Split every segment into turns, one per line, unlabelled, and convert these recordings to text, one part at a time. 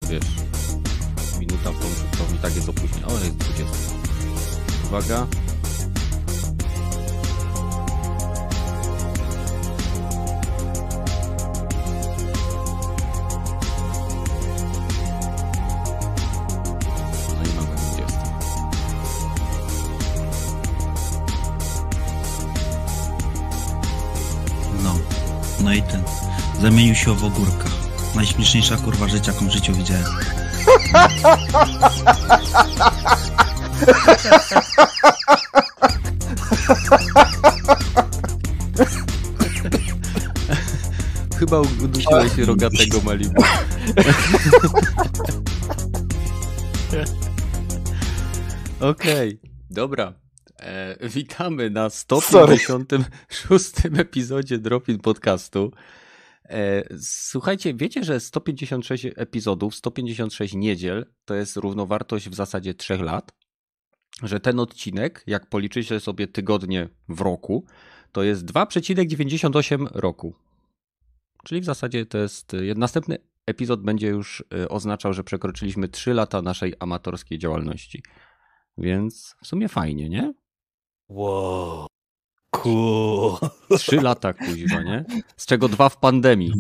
wiesz, minuta w tą to i tak jest opóźnienie. O, jest 20. Uwaga. No i mamy 20.
No i ten. Zamienił się w ogórka. Najśmieszniejsza kurwa rzecz, jaką w życiu widziałem.
Chyba udusiłeś rogatego Malibu. Okej, dobra. Witamy na 156. epizodzie Drop-In Podcastu. Słuchajcie, wiecie, że 156 epizodów, 156 niedziel to jest równowartość w zasadzie 3 lat? Że ten odcinek, jak policzycie sobie tygodnie w roku, to jest 2,98 roku. Czyli w zasadzie to jest, następny epizod będzie już oznaczał, że przekroczyliśmy 3 lata naszej amatorskiej działalności. Więc w sumie fajnie, nie?
Wow. Cool.
3 lata, kuźwa, nie? Z czego 2 w pandemii.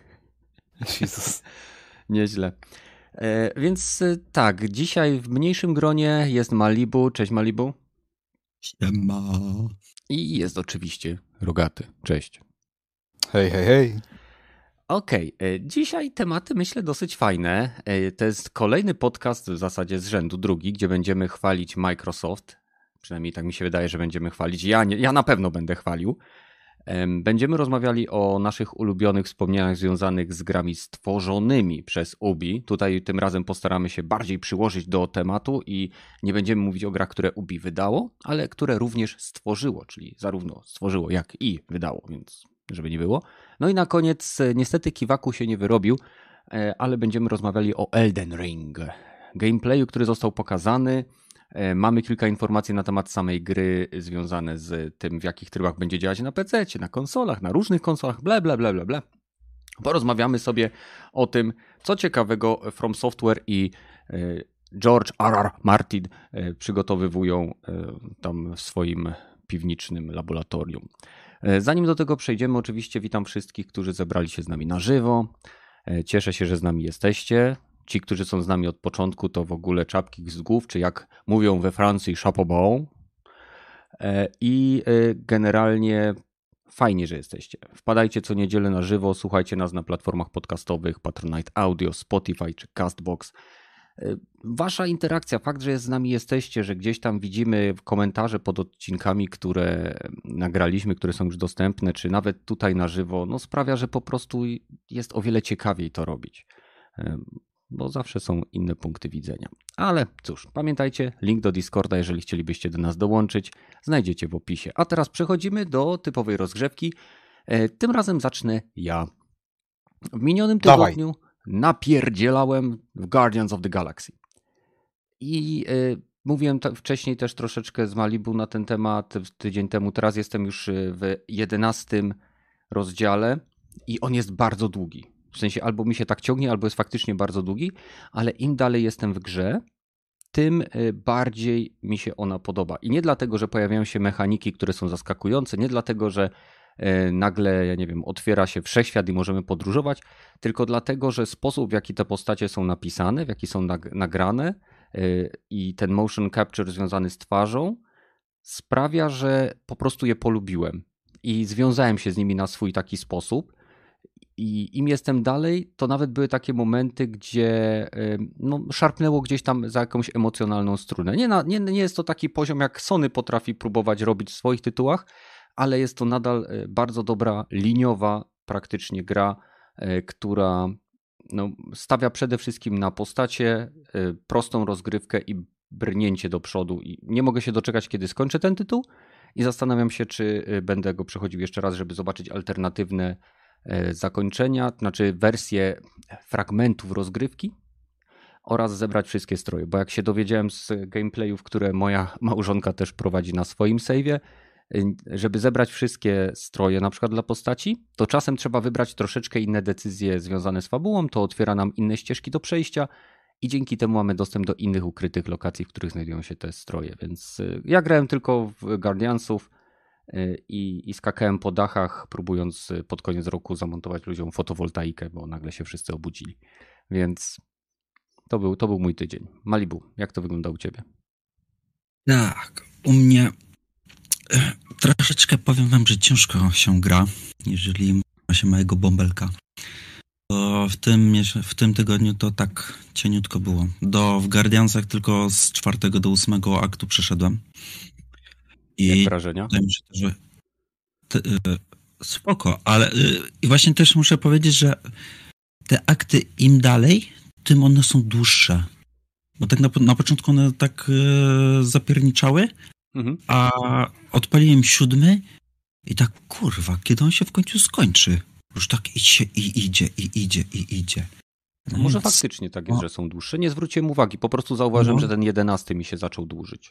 Jezus.
Nieźle. Więc tak, dzisiaj w mniejszym gronie jest Malibu. Cześć Malibu.
Siema.
I jest oczywiście Rogaty. Cześć.
Hej, hej, hej.
Okej, dzisiaj tematy myślę dosyć fajne. To jest kolejny podcast w zasadzie z rzędu, drugi, gdzie będziemy chwalić Microsoft. Przynajmniej tak mi się wydaje, że będziemy chwalić. Ja na pewno będę chwalił. Będziemy rozmawiali o naszych ulubionych wspomnieniach związanych z grami stworzonymi przez Ubi. Tutaj tym razem postaramy się bardziej przyłożyć do tematu i nie będziemy mówić o grach, które Ubi wydało, ale które również stworzyło, czyli zarówno stworzyło, jak i wydało, więc żeby nie było. No i na koniec niestety Kiwaku się nie wyrobił, ale będziemy rozmawiali o Elden Ring. Gameplayu, który został pokazany. Mamy kilka informacji na temat samej gry związane z tym, w jakich trybach będzie działać na PC-cie, na konsolach, na różnych konsolach, bla, bla, bla, bla, bla. Porozmawiamy sobie o tym, co ciekawego From Software i George R.R. Martin przygotowywują tam w swoim piwniczym laboratorium. Zanim do tego przejdziemy, oczywiście witam wszystkich, którzy zebrali się z nami na żywo. Cieszę się, że z nami jesteście. Ci, którzy są z nami od początku, to w ogóle czapki z głów, czy jak mówią we Francji, chapeau bas. I generalnie fajnie, że jesteście. Wpadajcie co niedzielę na żywo, słuchajcie nas na platformach podcastowych, Patronite Audio, Spotify czy Castbox. Wasza interakcja, fakt, że z nami jesteście, że gdzieś tam widzimy komentarze pod odcinkami, które nagraliśmy, które są już dostępne, czy nawet tutaj na żywo, no sprawia, że po prostu jest o wiele ciekawiej to robić. Bo zawsze są inne punkty widzenia. Ale cóż, pamiętajcie, link do Discorda, jeżeli chcielibyście do nas dołączyć, znajdziecie w opisie. A teraz przechodzimy do typowej rozgrzewki. Tym razem zacznę ja. W minionym tygodniu napierdzielałem w Guardians of the Galaxy. I mówiłem wcześniej też troszeczkę z Malibu na ten temat tydzień temu. Teraz jestem już w 11 rozdziale i on jest bardzo długi. W sensie albo mi się tak ciągnie, albo jest faktycznie bardzo długi, ale im dalej jestem w grze, tym bardziej mi się ona podoba. I nie dlatego, że pojawiają się mechaniki, które są zaskakujące, nie dlatego, że nagle, ja nie wiem, otwiera się wszechświat i możemy podróżować, tylko dlatego, że sposób, w jaki te postacie są napisane, w jaki są nagrane i ten motion capture związany z twarzą sprawia, że po prostu je polubiłem i związałem się z nimi na swój taki sposób. I im jestem dalej, to nawet były takie momenty, gdzie no, szarpnęło gdzieś tam za jakąś emocjonalną strunę. Nie jest to taki poziom, jak Sony potrafi próbować robić w swoich tytułach, ale jest to nadal bardzo dobra, liniowa praktycznie gra, która no, stawia przede wszystkim na postacie, prostą rozgrywkę i brnięcie do przodu. I nie mogę się doczekać, kiedy skończę ten tytuł i zastanawiam się, czy będę go przechodził jeszcze raz, żeby zobaczyć alternatywne zakończenia, znaczy wersje fragmentów rozgrywki oraz zebrać wszystkie stroje, bo jak się dowiedziałem z gameplayów, które moja małżonka też prowadzi na swoim save'ie, żeby zebrać wszystkie stroje, na przykład dla postaci, to czasem trzeba wybrać troszeczkę inne decyzje związane z fabułą, to otwiera nam inne ścieżki do przejścia i dzięki temu mamy dostęp do innych ukrytych lokacji, w których znajdują się te stroje. Więc ja grałem tylko w Guardiansów i skakałem po dachach, próbując pod koniec roku zamontować ludziom fotowoltaikę, bo nagle się wszyscy obudzili. Więc to był mój tydzień. Malibu, jak to wygląda u ciebie?
Tak, u mnie troszeczkę powiem wam, że ciężko się gra, jeżeli ma się małego bąbelka. To w tym tygodniu to tak cieniutko było. W Guardiansach tylko z 4 do 8 aktu przeszedłem.
Jak wrażenia?
Wydaje mi się, że spoko, ale i właśnie też muszę powiedzieć, że te akty im dalej, tym one są dłuższe. Bo tak na początku one tak zapierniczały, a odpaliłem 7 i tak kurwa, kiedy on się w końcu skończy? Już tak idzie.
No może faktycznie tak jest, że są dłuższe. Nie zwróciłem uwagi, po prostu zauważyłem, że ten 11 mi się zaczął dłużyć.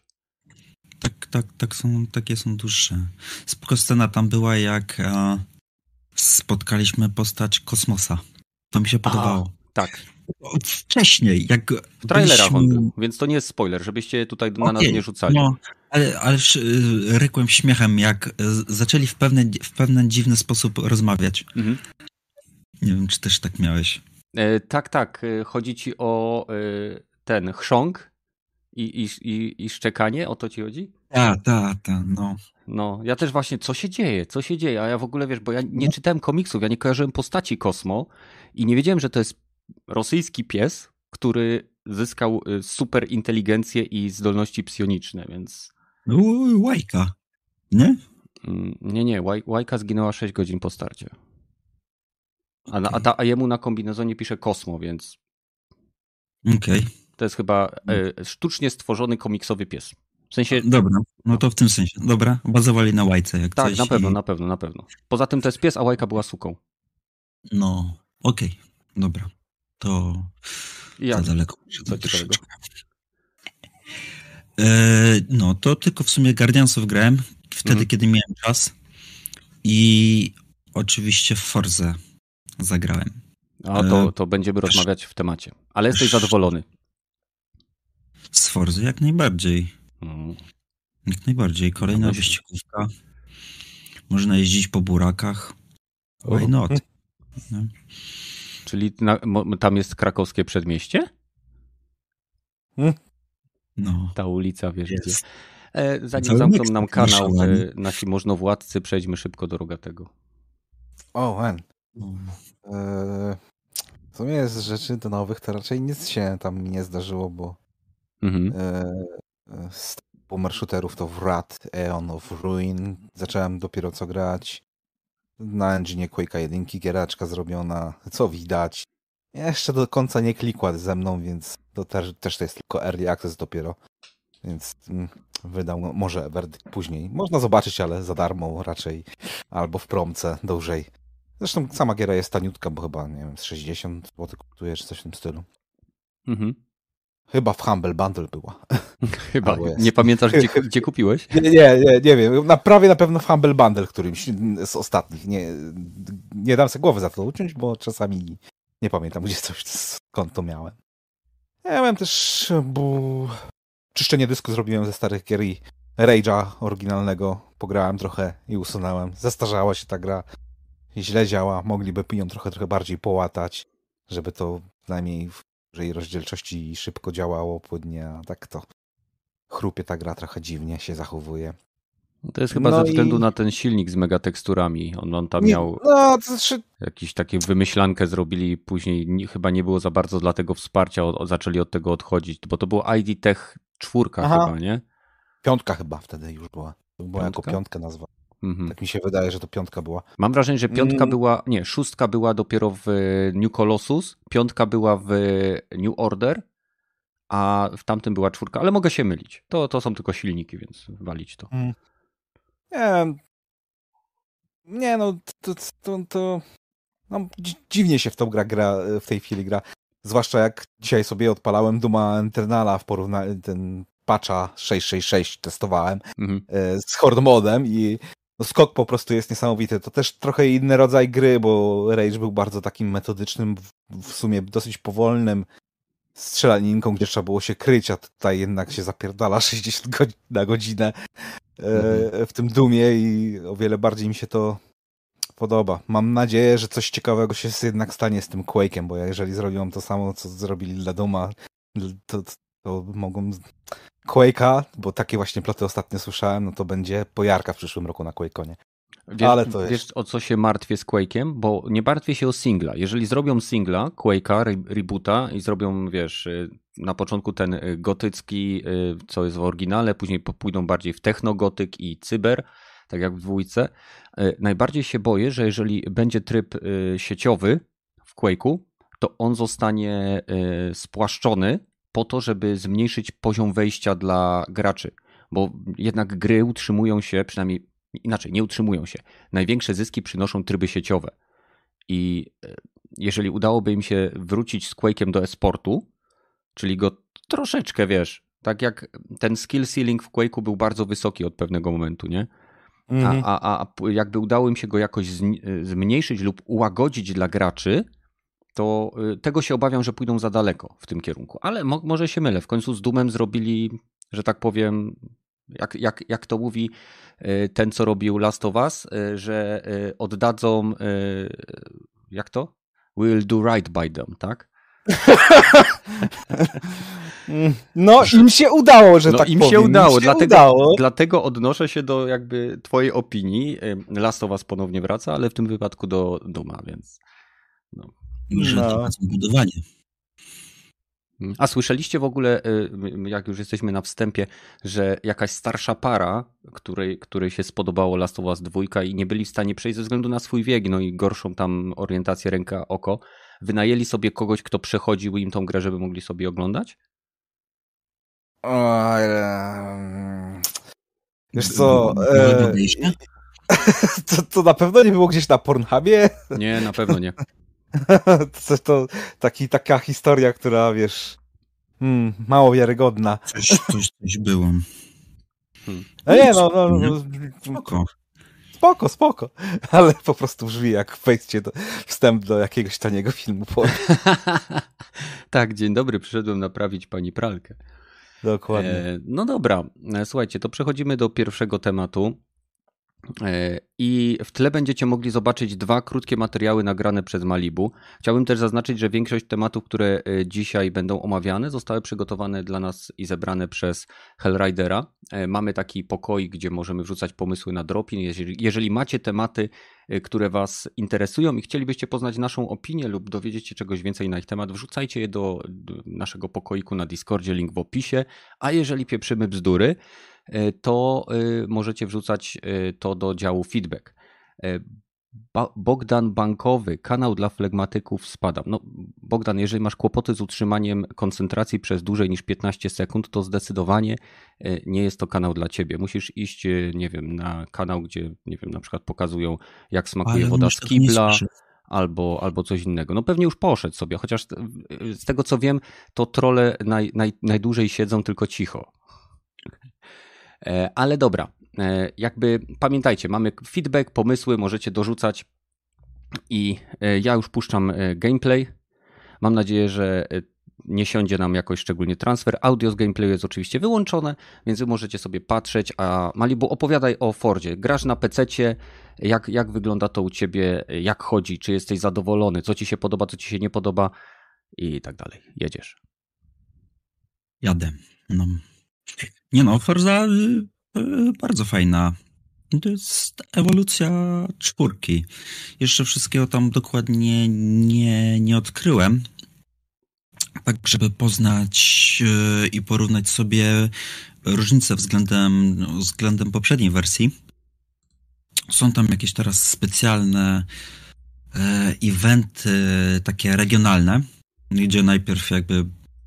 Takie są dłuższe. Spoko scena tam była, jak spotkaliśmy postać Kosmosa. To mi się podobało.
Tak.
Wcześniej, jak
w trailerach on był, więc to nie jest spoiler, żebyście tutaj na nas nie rzucali.
No, ale rykłem śmiechem, jak zaczęli w pewien dziwny sposób rozmawiać. Nie wiem, czy też tak miałeś.
Tak. Chodzi ci o ten chrząg i szczekanie? O to ci chodzi?
Tak, no.
No, ja też właśnie, co się dzieje? A ja w ogóle, wiesz, bo ja nie czytałem komiksów, ja nie kojarzyłem postaci Kosmo i nie wiedziałem, że to jest rosyjski pies, który zyskał super inteligencję i zdolności psioniczne, więc...
Łajka, nie?
Nie, Łajka zginęła 6 godzin po starcie. A jemu na kombinezonie pisze Kosmo, więc...
Okej.
To jest chyba sztucznie stworzony komiksowy pies. W sensie...
Dobra, no to w tym sensie. Dobra, bazowali na Łajce jak
tak,
coś.
na pewno. Poza tym to jest pies, a Łajka była suką.
No, okej, dobra. To za daleko.
Co ciekawego?
No, to tylko w sumie Guardiansów grałem wtedy, kiedy miałem czas. I oczywiście w Forze zagrałem.
A to będziemy rozmawiać w temacie. Ale jesteś zadowolony?
Z Forzy jak najbardziej. Jak najbardziej. Kolejna wyścigówka. Można jeździć po burakach. Why not? No.
Czyli tam jest krakowskie przedmieście?
No.
Ta ulica, wiesz
jest.
gdzie. Zanim zamkną nam kanał nasi możnowładcy, przejdźmy szybko do Rogatego.
W sumie z rzeczy do nowych to raczej nic się tam mi nie zdarzyło, bo z boomer shooterów to Wrath, Aeon of Ruin zacząłem dopiero co grać. Na engine Quake'a 1 gieraczka zrobiona, co widać. Jeszcze do końca nie klikła ze mną, więc to też to jest tylko early access dopiero. Więc wydał może werdykt później. Można zobaczyć, ale za darmo raczej. Albo w promce dłużej. Zresztą sama giera jest taniutka, bo chyba, nie wiem, z 60 zł kosztuje, czy coś w tym stylu. Chyba w Humble Bundle była.
Chyba. Nie pamiętasz, gdzie kupiłeś?
Nie wiem. Prawie na pewno w Humble Bundle, którymś z ostatnich. Nie dam sobie głowy za to uciąć, bo czasami nie pamiętam, gdzie coś, skąd to miałem. Ja miałem też czyszczenie dysku zrobiłem ze starych gier i Rage'a oryginalnego. Pograłem trochę i usunąłem. Zestarzała się ta gra. Źle działa. Mogliby ją trochę bardziej połatać, żeby to przynajmniej w dużej rozdzielczości szybko działało, płynnie, a tak to chrupie ta gra, trochę dziwnie się zachowuje.
To jest chyba ze względu na ten silnik z megateksturami. On tam miał jakąś taką wymyślankę zrobili, później chyba nie było za bardzo dla tego wsparcia, zaczęli od tego odchodzić, bo to było ID Tech 4 chyba, nie?
5 chyba wtedy już była. To była jako 5 nazwa. Tak mi się wydaje, że to 5 była.
Mam wrażenie, że 5 była, nie, 6 była dopiero w New Colossus, 5 była w New Order, a w tamtym była 4, ale mogę się mylić. To są tylko silniki, więc walić to.
Nie, no to no, dziwnie się w tą grę gra, w tej chwili gra. Zwłaszcza jak dzisiaj sobie odpalałem Duma Eternala w porównaniu, ten patcha 6.6.6 testowałem z hard modem i no skok po prostu jest niesamowity. To też trochę inny rodzaj gry, bo Rage był bardzo takim metodycznym, w sumie dosyć powolnym strzelaninką, gdzie trzeba było się kryć, a tutaj jednak się zapierdala 60 godzin na godzinę w tym Doomie i o wiele bardziej mi się to podoba. Mam nadzieję, że coś ciekawego się jednak stanie z tym Quake'em, bo jeżeli zrobią to samo, co zrobili dla Dooma, to mogą Quake'a, bo takie właśnie ploty ostatnio słyszałem, no to będzie pojarka w przyszłym roku na QuakeConie.
Wiesz, o co się martwię z Quake'iem? Bo nie martwię się o singla. Jeżeli zrobią singla, Quake'a, reboota i zrobią, wiesz, na początku ten gotycki, co jest w oryginale, później pójdą bardziej w technogotyk i cyber, tak jak w dwójce. Najbardziej się boję, że jeżeli będzie tryb sieciowy w Quake'u, to on zostanie spłaszczony po to, żeby zmniejszyć poziom wejścia dla graczy. Bo jednak gry utrzymują się, przynajmniej inaczej, nie utrzymują się. Największe zyski przynoszą tryby sieciowe. I jeżeli udałoby im się wrócić z Quake'em do e-sportu, czyli go troszeczkę, wiesz, tak jak ten skill ceiling w Quake'u był bardzo wysoki od pewnego momentu, nie? A jakby udało im się go jakoś zmniejszyć lub ułagodzić dla graczy, to tego się obawiam, że pójdą za daleko w tym kierunku. Ale może się mylę. W końcu z Doomem zrobili, że tak powiem, jak to mówi ten, co robił Last of Us, że oddadzą, jak to? We'll do right by them, tak?
No im się udało, że tak
im
powiem.
Się udało, dlatego odnoszę się do jakby twojej opinii. Last of Us ponownie wraca, ale w tym wypadku do Dooma, więc no.
Budowanie.
A słyszeliście w ogóle, jak już jesteśmy na wstępie, że jakaś starsza para, której się spodobało Last of Us 2 i nie byli w stanie przejść ze względu na swój wiek, no i gorszą tam orientację ręka, oko, wynajęli sobie kogoś, kto przechodził im tą grę, żeby mogli sobie oglądać?
Wiesz co, to na pewno nie było gdzieś na Pornhubie?
Nie, na pewno nie.
To taka historia, która, wiesz, mało wiarygodna.
Coś było.
No nie, Spoko. Ale po prostu brzmi jak wejdźcie wstęp do jakiegoś taniego filmu.
Tak, dzień dobry, przyszedłem naprawić pani pralkę.
Dokładnie.
No dobra, słuchajcie, to przechodzimy do pierwszego tematu. I w tle będziecie mogli zobaczyć 2 krótkie materiały nagrane przez Malibu. Chciałbym też zaznaczyć, że większość tematów, które dzisiaj będą omawiane, zostały przygotowane dla nas i zebrane przez Hellridera. Mamy taki pokoik, gdzie możemy wrzucać pomysły na Dropin. Jeżeli macie tematy, które was interesują i chcielibyście poznać naszą opinię lub dowiedzieć się czegoś więcej na ich temat, wrzucajcie je do naszego pokoiku na Discordzie, link w opisie. A jeżeli pieprzymy bzdury, to możecie wrzucać to do działu feedback. Bogdan Bankowy, kanał dla flegmatyków, spadam. No, Bogdan, jeżeli masz kłopoty z utrzymaniem koncentracji przez dłużej niż 15 sekund, to zdecydowanie nie jest to kanał dla ciebie. Musisz iść, nie wiem, na kanał, gdzie, nie wiem, na przykład pokazują, jak smakuje woda z kibla, albo coś innego. No pewnie już poszedł sobie, chociaż z tego co wiem, to trolle najdłużej siedzą tylko cicho. Ale dobra, jakby pamiętajcie, mamy feedback, pomysły, możecie dorzucać i ja już puszczam gameplay. Mam nadzieję, że nie siądzie nam jakoś szczególnie transfer. Audio z gameplayu jest oczywiście wyłączone, więc wy możecie sobie patrzeć, a Malibu, opowiadaj o Fordzie. Grasz na PC-cie, jak wygląda to u ciebie, jak chodzi, czy jesteś zadowolony, co ci się podoba, co ci się nie podoba i tak dalej. Jedziesz.
Jadę. No. Nie no, Forza bardzo fajna. To jest ewolucja 4. Jeszcze wszystkiego tam dokładnie nie odkryłem. Tak, żeby poznać i porównać sobie różnice względem poprzedniej wersji. Są tam jakieś teraz specjalne eventy takie regionalne, gdzie najpierw jakby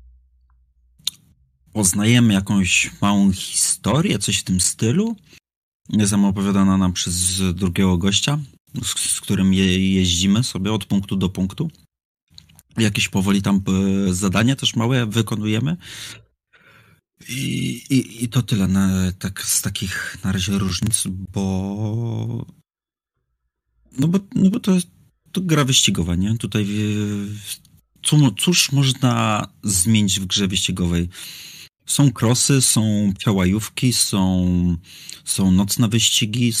poznajemy jakąś małą historię, coś w tym stylu. Jest tam opowiadana nam przez drugiego gościa, z którym jeździmy sobie od punktu do punktu. Jakieś powoli tam zadania też małe wykonujemy. I to tyle tak z takich na razie różnic, bo to jest to gra wyścigowa, nie? Tutaj cóż można zmienić w grze wyścigowej? Są crossy, są przełajówki, są nocne wyścigi,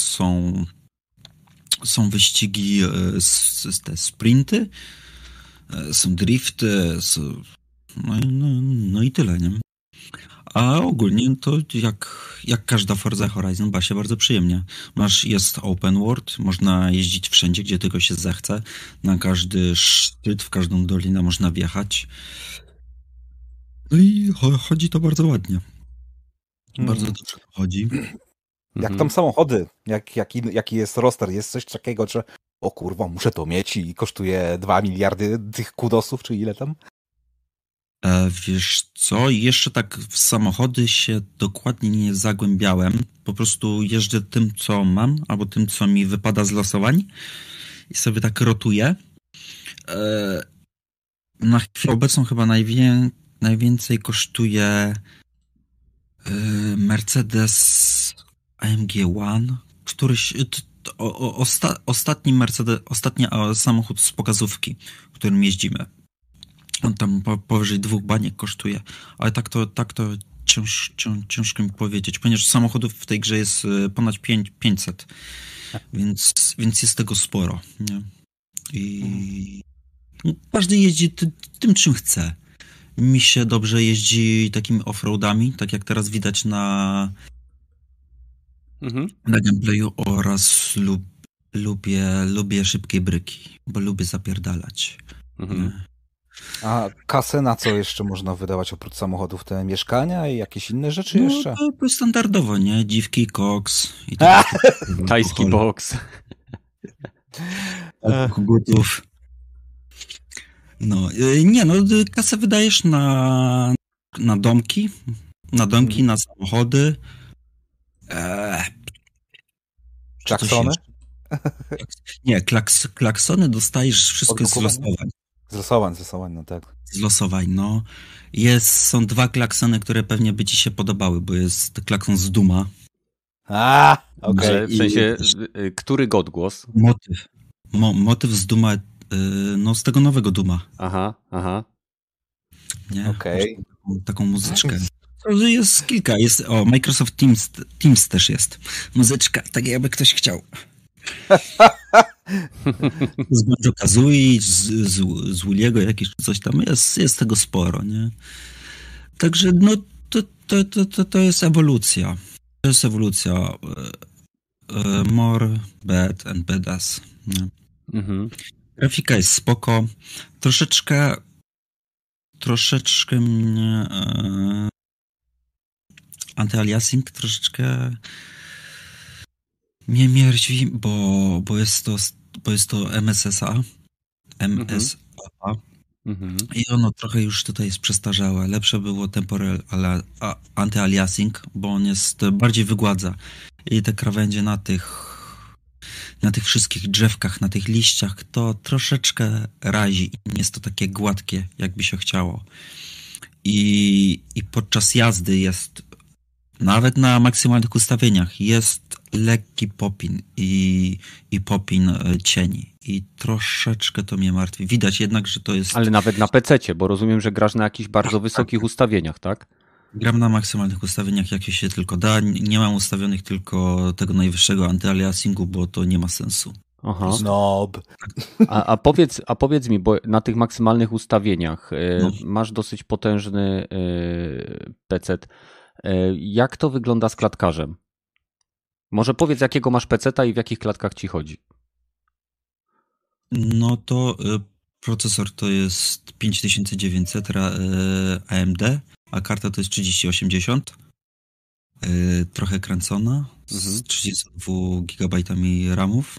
są wyścigi, te sprinty, są drifty, no i tyle, nie? A ogólnie to jak każda Forza Horizon ma się bardzo przyjemnie. Jest open world, można jeździć wszędzie, gdzie tylko się zechce. Na każdy szczyt, w każdą dolinę można wjechać. No i chodzi to bardzo ładnie. Bardzo dobrze chodzi.
Jak tam samochody? Jaki jest roster? Jest coś takiego, że o kurwa, muszę to mieć i kosztuje 2 miliardy tych kudosów, czy ile tam?
Wiesz co, jeszcze tak w samochody się dokładnie nie zagłębiałem. Po prostu jeżdżę tym, co mam, albo tym, co mi wypada z losowań i sobie tak rotuję. Na chwilę obecną chyba najwięcej kosztuje Mercedes AMG One, ostatni samochód z pokazówki, którym jeździmy. On tam powyżej 2 baniek kosztuje, ale tak to ciężko mi powiedzieć, ponieważ samochodów w tej grze jest ponad 500, więc jest tego sporo. Nie? I każdy jeździ tym, czym chce. Mi się dobrze jeździ takimi offroadami, tak jak teraz widać na gameplayu, oraz lubię szybkie bryki, bo lubię zapierdalać.
A kasę na co jeszcze można wydawać oprócz samochodów? Te mieszkania i jakieś inne rzeczy jeszcze?
To standardowo, nie? Dziwki, koks i tak.
Tajski boks.
Kogutów. Kasę wydajesz na domki, na samochody.
Klaksony?
Nie, klaksony dostajesz wszystko z losowań.
Z losowań, no tak.
Z losowań, no. Są 2 klaksony, które pewnie by ci się podobały, bo jest klakson z Duma.
Okej.
W sensie, który odgłos?
Motyw. Motyw z Duma, z tego nowego Duma.
Aha.
Nie?
Okej.
Taką muzyczkę. Jest kilka. Microsoft Teams też jest. Muzyczka, tak jakby ktoś chciał. Z Banjo-Kazooie, z Williego jakieś coś tam jest tego sporo, nie? Także to jest ewolucja. To jest ewolucja. More bad and badass. Grafika jest spoko. Troszeczkę mnie antyaliasing troszeczkę mnie mierzi, bo jest to MSA. I ono trochę już tutaj jest przestarzałe. Lepsze było temporal antyaliasing, bo on jest bardziej wygładza. I te krawędzie na tych wszystkich drzewkach, na tych liściach, to troszeczkę razi i nie jest to takie gładkie, jakby się chciało. I podczas jazdy jest, nawet na maksymalnych ustawieniach, jest lekki popin i popin cieni. I troszeczkę to mnie martwi. Widać jednak, że to jest...
Ale nawet na PC-cie, bo rozumiem, że grasz na jakichś bardzo wysokich ustawieniach, tak?
Gram na maksymalnych ustawieniach, jakie się tylko da. Nie mam ustawionych tylko tego najwyższego antyaliasingu, bo to nie ma sensu.
Aha.
Snob.
A powiedz mi, bo na tych maksymalnych ustawieniach masz dosyć potężny PC. Jak to wygląda z klatkarzem? Może powiedz, jakiego masz PC-ta i w jakich klatkach ci chodzi?
No to procesor to jest 5900 AMD, a karta to jest 3080. Trochę kręcona, z 32 GB RAMów.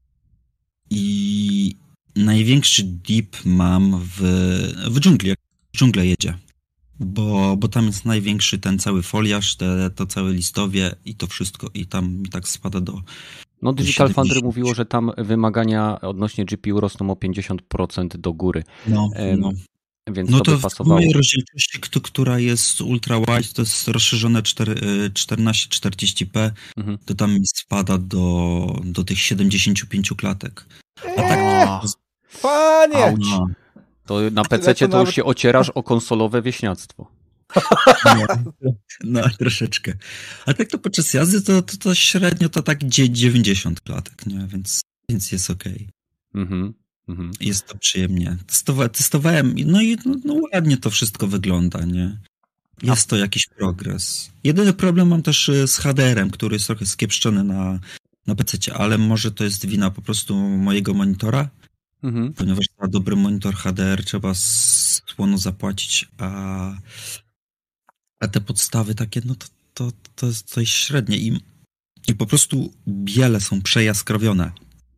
I największy dip mam w dżungli, jak dżungla jedzie. Bo tam jest największy ten cały foliarz, to całe listowie i to wszystko. I tam mi tak spada do...
No Digital Foundry mówiło, że tam wymagania odnośnie GPU rosną o 50% do góry.
No.
Więc
no
to by pasowało.
W mojej rozdzielczości, która jest ultra wide, to jest rozszerzone 1440p, to tam mi spada do tych 75 klatek. A tak...
Panie!
To na PC to już się ocierasz o konsolowe wieśniactwo.
No, troszeczkę. A tak to podczas jazdy to średnio to tak 90 klatek, nie? Więc jest okej. Jest to przyjemnie. Testowałem, no i no ładnie to wszystko wygląda, nie? Jest to jakiś progres. Jedyny problem mam też z HDR-em, który jest trochę skiepszczony na PC-cie, ale może to jest wina po prostu mojego monitora, ponieważ za dobry monitor HDR trzeba słono zapłacić, a te podstawy takie, no to jest średnie i po prostu biele są przejaskrawione.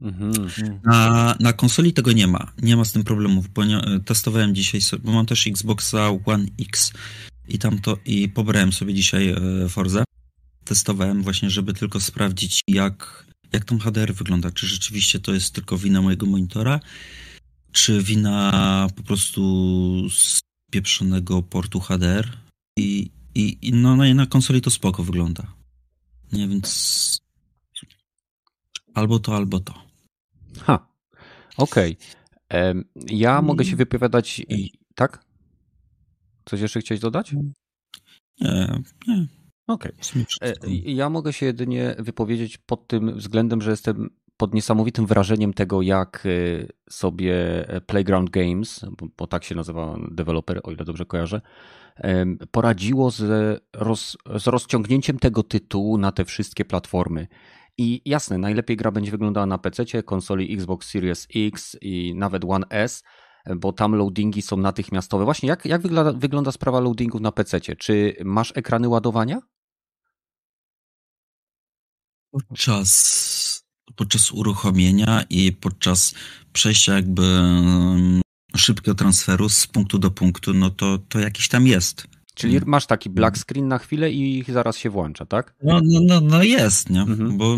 Na konsoli tego nie ma. Nie ma z tym problemów, bo testowałem dzisiaj sobie, bo mam też Xboxa One X i pobrałem sobie dzisiaj Forzę. Testowałem właśnie, żeby tylko sprawdzić, jak tam HDR wygląda. Czy rzeczywiście to jest tylko wina mojego monitora, czy wina po prostu spieprzonego portu HDR. I na konsoli to spoko wygląda. Nie, więc albo to.
Okej. Ja mogę się wypowiadać tak? Coś jeszcze chciałeś dodać?
Nie.
Okej. Ja mogę się jedynie wypowiedzieć pod tym względem, że jestem pod niesamowitym wrażeniem tego, jak sobie Playground Games, bo tak się nazywa deweloper, o ile dobrze kojarzę, poradziło z rozciągnięciem tego tytułu na te wszystkie platformy. I jasne, najlepiej gra będzie wyglądała na PC-cie, konsoli Xbox Series X i nawet One S, bo tam loadingi są natychmiastowe. Właśnie jak wygląda sprawa loadingów na PC-cie? Czy masz ekrany ładowania?
Podczas uruchomienia i podczas przejścia jakby szybkiego transferu z punktu do punktu, no to jakiś tam jest.
Czyli masz taki black screen na chwilę i zaraz się włącza, tak?
No jest, nie? Bo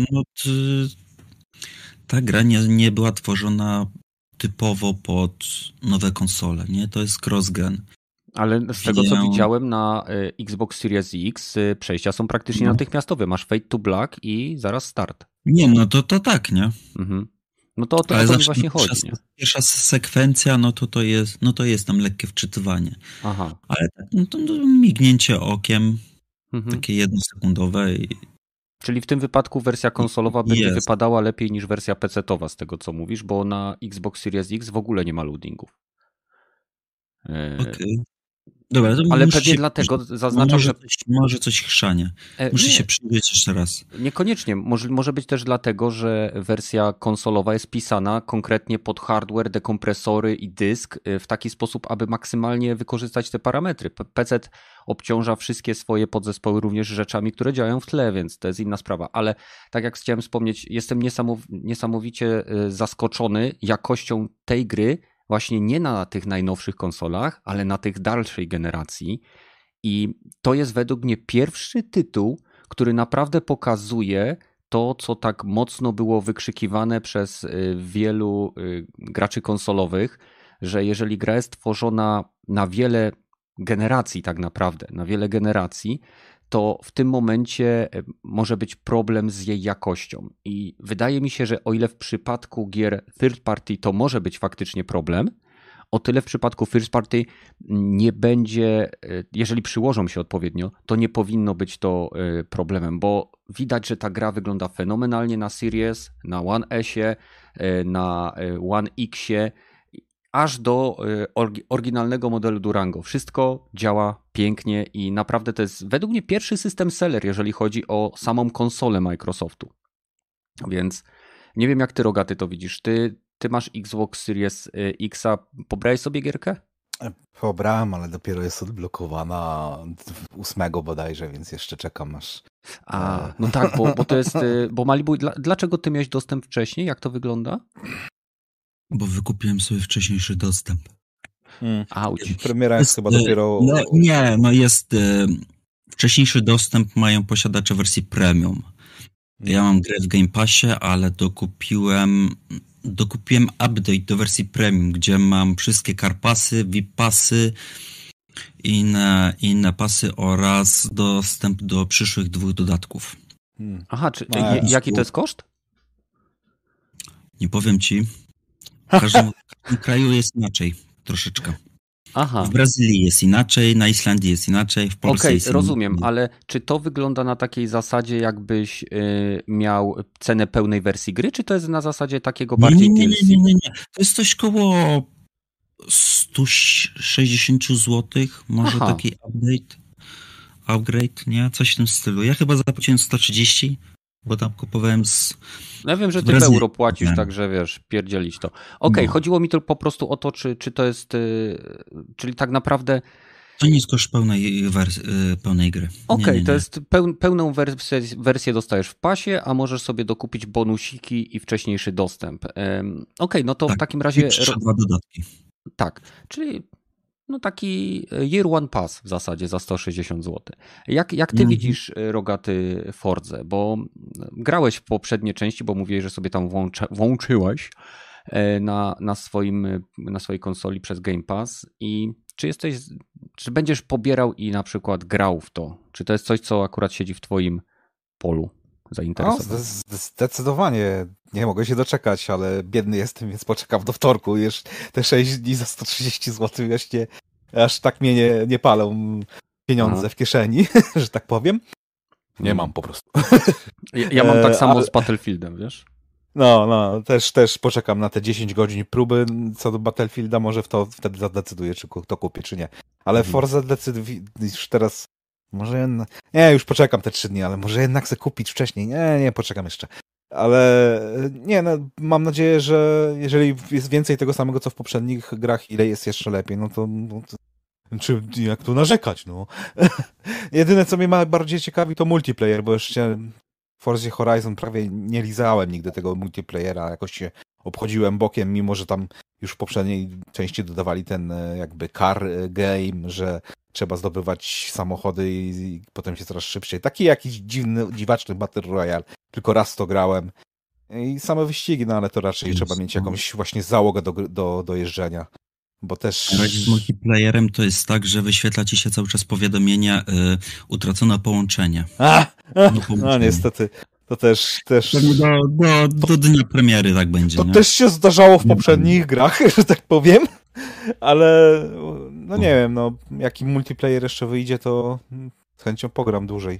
ta gra nie była tworzona typowo pod nowe konsole, nie? To jest cross-gen.
Ale z tego, co widziałem na Xbox Series X, przejścia są praktycznie natychmiastowe. Masz Fade to Black i zaraz start.
Nie, no to tak, nie?
No to o to mi właśnie chodzi. Nie?
Pierwsza sekwencja, to jest tam lekkie wczytywanie.
Aha.
Ale tak, to mignięcie okiem, takie jednosekundowe.
Czyli w tym wypadku wersja konsolowa będzie wypadała lepiej niż wersja PC-towa, z tego co mówisz, bo na Xbox Series X w ogóle nie ma loadingów.
Okej. Dobra,
ale pewnie dlatego zaznaczam, że...
Może coś chrzanie. Muszę się przyjrzeć jeszcze raz.
Niekoniecznie. Może być też dlatego, że wersja konsolowa jest pisana konkretnie pod hardware, dekompresory i dysk w taki sposób, aby maksymalnie wykorzystać te parametry. PC obciąża wszystkie swoje podzespoły również rzeczami, które działają w tle, więc to jest inna sprawa. Ale tak jak chciałem wspomnieć, jestem niesamowicie zaskoczony jakością tej gry, właśnie nie na tych najnowszych konsolach, ale na tych dalszej generacji. I to jest według mnie pierwszy tytuł, który naprawdę pokazuje to, co tak mocno było wykrzykiwane przez wielu graczy konsolowych, że jeżeli gra jest tworzona na wiele generacji tak naprawdę, to w tym momencie może być problem z jej jakością. I wydaje mi się, że o ile w przypadku gier third party to może być faktycznie problem, o tyle w przypadku first party nie będzie, jeżeli przyłożą się odpowiednio, to nie powinno być to problemem, bo widać, że ta gra wygląda fenomenalnie na Series, na One S-ie, na One X-ie, aż do oryginalnego modelu Durango. Wszystko działa pięknie i naprawdę to jest według mnie pierwszy system seller, jeżeli chodzi o samą konsolę Microsoftu. Więc nie wiem, jak ty, Rogaty, to widzisz. Ty masz Xbox Series X-a. Pobrałeś sobie gierkę?
Pobrałem, ale dopiero jest odblokowana 8 bodajże, więc jeszcze czekam aż...
No tak, bo to jest... Bo Malibu, dlaczego ty miałeś dostęp wcześniej? Jak to wygląda?
Bo wykupiłem sobie wcześniejszy dostęp.
Premiera jest chyba dopiero...
Jest... Wcześniejszy dostęp mają posiadacze wersji premium. Ja mam grę w Game Passie, ale dokupiłem dokupiłem update do wersji premium, gdzie mam wszystkie carpasy, VIP-pasy, inne pasy oraz dostęp do przyszłych 2 dodatków.
Aha, jaki to jest koszt?
Nie powiem ci. W każdym kraju jest inaczej, troszeczkę.
Aha.
W Brazylii jest inaczej, na Islandii jest inaczej, w Polsce jest inaczej.
Rozumiem, ale czy to wygląda na takiej zasadzie, jakbyś miał cenę pełnej wersji gry, czy to jest na zasadzie takiego bardziej DLC?
Nie. To jest coś koło 160 zł, może taki upgrade, nie? Coś w tym stylu. Ja chyba zapłaciłem 130, bo tam kupowałem
Ja wiem, że ty w euro płacisz, także wiesz, pierdzielić to. Chodziło mi tylko po prostu o to, czy to jest, czyli tak naprawdę...
To nie jest koszt pełnej gry.
To jest pełną wersję dostajesz w pasie, a możesz sobie dokupić bonusiki i wcześniejszy dostęp. No to w takim razie...
2 dodatki.
Tak, czyli taki Year One Pass w zasadzie za 160 zł. Jak ty widzisz, Rogaty, Forzę? Bo grałeś w poprzednie części, bo mówiłeś, że sobie tam włączyłeś na swojej konsoli przez Game Pass i czy będziesz pobierał i na przykład grał w to? Czy to jest coś, co akurat siedzi w twoim polu zainteresowania?
Zdecydowanie. Nie mogę się doczekać, ale biedny jestem, więc poczekam do wtorku. Już te 6 dni za 130 zł właśnie aż tak mnie nie palą pieniądze w kieszeni, że tak powiem. Nie mam po prostu.
Ja mam tak samo z Battlefieldem, wiesz?
No, też poczekam na te 10 godzin próby co do Battlefielda, może wtedy zadecyduję, czy to kupię, czy nie. Ale Forza już teraz, może jednak, nie, już poczekam te 3 dni, ale może jednak chcę kupić wcześniej, nie, poczekam jeszcze. Ale nie, mam nadzieję, że jeżeli jest więcej tego samego, co w poprzednich grach, ile jest jeszcze lepiej, czy jak tu narzekać, no. Jedyne, co mnie bardziej ciekawi, to multiplayer, bo jeszcze w Forzie Horizon prawie nie lizałem nigdy tego multiplayera, jakoś się obchodziłem bokiem, mimo że tam już w poprzedniej części dodawali ten jakby car game, że trzeba zdobywać samochody i potem się coraz szybciej. Taki jakiś dziwaczny Battle Royale, tylko raz to grałem. I same wyścigi, ale to raczej trzeba mieć jakąś właśnie załogę do jeżdżenia. Bo też...
Z multiplayerem to jest tak, że wyświetla ci się cały czas powiadomienie utracone połączenie.
No niestety. To też...
Do dnia premiery tak będzie.
To też się zdarzało w poprzednich grach, że tak powiem. Ale nie wiem, jaki multiplayer jeszcze wyjdzie, to z chęcią pogram dłużej.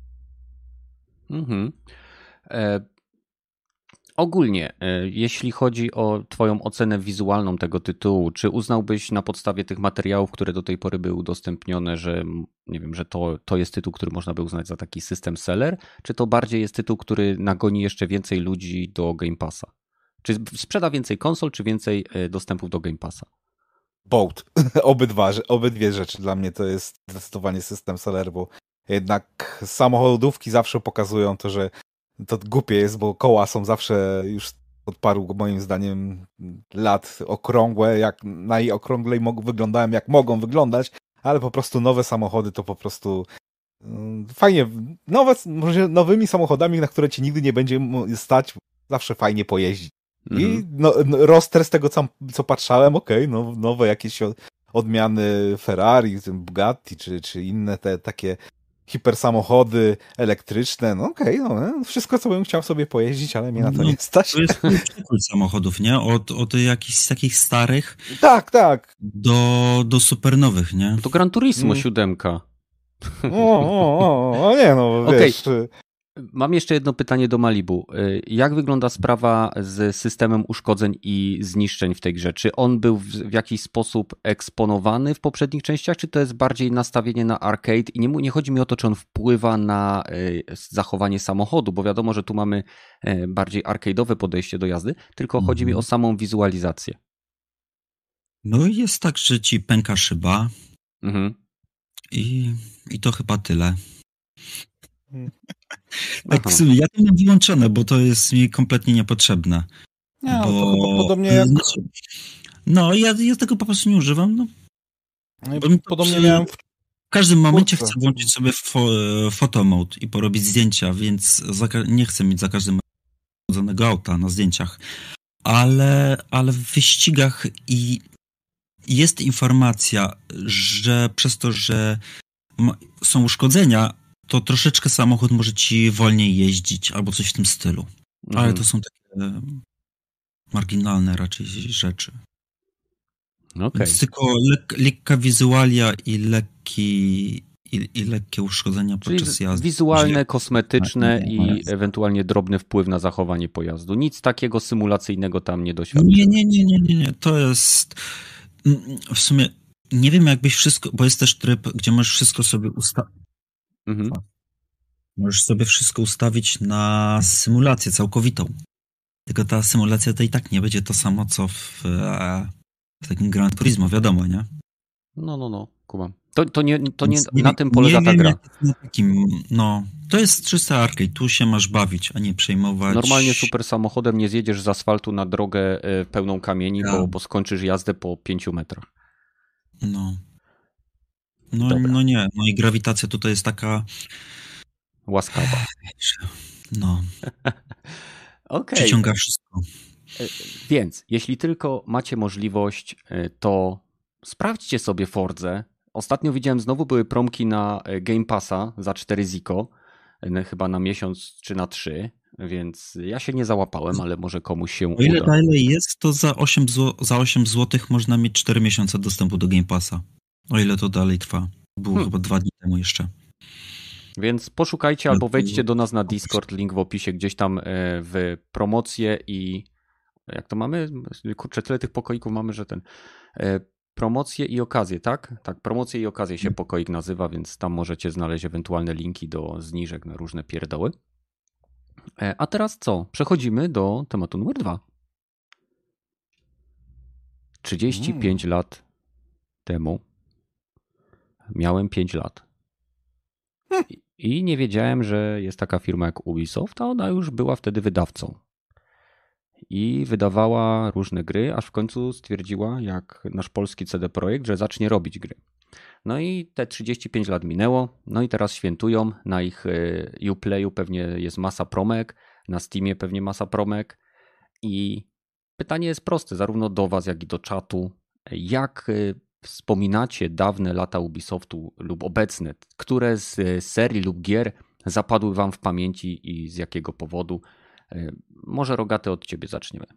Ogólnie, jeśli chodzi o twoją ocenę wizualną tego tytułu, czy uznałbyś na podstawie tych materiałów, które do tej pory były udostępnione, że nie wiem, że to jest tytuł, który można by uznać za taki system seller, czy to bardziej jest tytuł, który nagoni jeszcze więcej ludzi do Game Passa? Czy sprzeda więcej konsol, czy więcej dostępów do Game Passa?
Both. Obydwie rzeczy dla mnie to jest zdecydowanie system seller, bo jednak samochodówki zawsze pokazują to, że to głupie jest, bo koła są zawsze już od paru, moim zdaniem, lat okrągłe, jak najokrąglej wyglądają, jak mogą wyglądać, ale po prostu nowe samochody to po prostu fajnie, nowymi samochodami, na które ci nigdy nie będzie stać, zawsze fajnie pojeździć. I roster z tego, co patrzałem, nowe jakieś odmiany Ferrari, Bugatti, czy inne te takie hipersamochody elektryczne, wszystko, co bym chciał sobie pojeździć, ale mnie na to nie stać.
To jest przykład samochodów, nie? Od jakichś takich starych
tak.
Do super nowych, nie?
To Gran Turismo 7.
Wiesz...
Mam jeszcze jedno pytanie do Malibu. Jak wygląda sprawa z systemem uszkodzeń i zniszczeń w tej grze? Czy on był w jakiś sposób eksponowany w poprzednich częściach, czy to jest bardziej nastawienie na arcade? I nie chodzi mi o to, czy on wpływa na zachowanie samochodu, bo wiadomo, że tu mamy bardziej arcade'owe podejście do jazdy, tylko chodzi mi o samą wizualizację.
No jest tak, że ci pęka szyba i to chyba tyle. Tak, w sumie ja to mam wyłączone, bo to jest mi kompletnie niepotrzebne.
Nie, bo to chyba podobnie jak...
Ja tego po prostu nie używam.
Podobnie miałem
w każdym momencie chcę włączyć sobie photo mode i porobić zdjęcia, więc nie chcę mieć za każdym razem auta na zdjęciach. ale w wyścigach i jest informacja, że przez to, że są uszkodzenia, to troszeczkę samochód może ci wolniej jeździć, albo coś w tym stylu. Ale to są takie marginalne raczej rzeczy.
Okay.
Więc tylko lekka wizualia i lekkie uszkodzenia podczas jazdy.
Wizualne, kosmetyczne i ewentualnie drobny wpływ na zachowanie pojazdu. Nic takiego symulacyjnego tam nie doświadczyłem.
Nie. To jest... W sumie nie wiem, jakbyś wszystko... Bo jest też tryb, gdzie możesz wszystko sobie ustawić. Możesz sobie wszystko ustawić na symulację całkowitą. Tylko ta symulacja to i tak nie będzie to samo, co w takim Gran Turismo, wiadomo, nie?
No, kumam. To nie na tym polega ta gra.
To jest czysty arcade, tu się masz bawić, a nie przejmować.
Normalnie super samochodem nie zjedziesz z asfaltu na drogę pełną kamieni, bo skończysz jazdę po 5 metrach.
No nie, no i grawitacja tutaj jest taka
łaskawa.
Okay. Przyciąga wszystko.
Więc, jeśli tylko macie możliwość, to sprawdźcie sobie Forzę. Ostatnio widziałem, znowu były promki na Game Passa za 4 ziko, chyba na miesiąc czy na 3, więc ja się nie załapałem, ale może komuś się uda.
O ile dalej jest, to za 8 zł można mieć 4 miesiące dostępu do Game Passa. O ile to dalej trwa. Było chyba 2 dni temu jeszcze.
Więc poszukajcie albo wejdźcie do nas na Discord, link w opisie, gdzieś tam w promocję i jak to mamy? Kurczę, tyle tych pokoików mamy, że promocje i okazje, tak? Tak, promocje i okazje się pokoik nazywa, więc tam możecie znaleźć ewentualne linki do zniżek na różne pierdoły. A teraz co? Przechodzimy do tematu numer 2. 35 lat temu miałem 5 lat. I nie wiedziałem, że jest taka firma jak Ubisoft, a ona już była wtedy wydawcą. I wydawała różne gry, aż w końcu stwierdziła, jak nasz polski CD Projekt, że zacznie robić gry. No i te 35 lat minęło, no i teraz świętują. Na ich Uplayu pewnie jest masa promek, na Steamie pewnie masa promek. I pytanie jest proste, zarówno do was, jak i do czatu. Jak wspominacie dawne lata Ubisoftu lub obecne? Które z serii lub gier zapadły wam w pamięci i z jakiego powodu? Może Rogaty, od ciebie zaczniemy.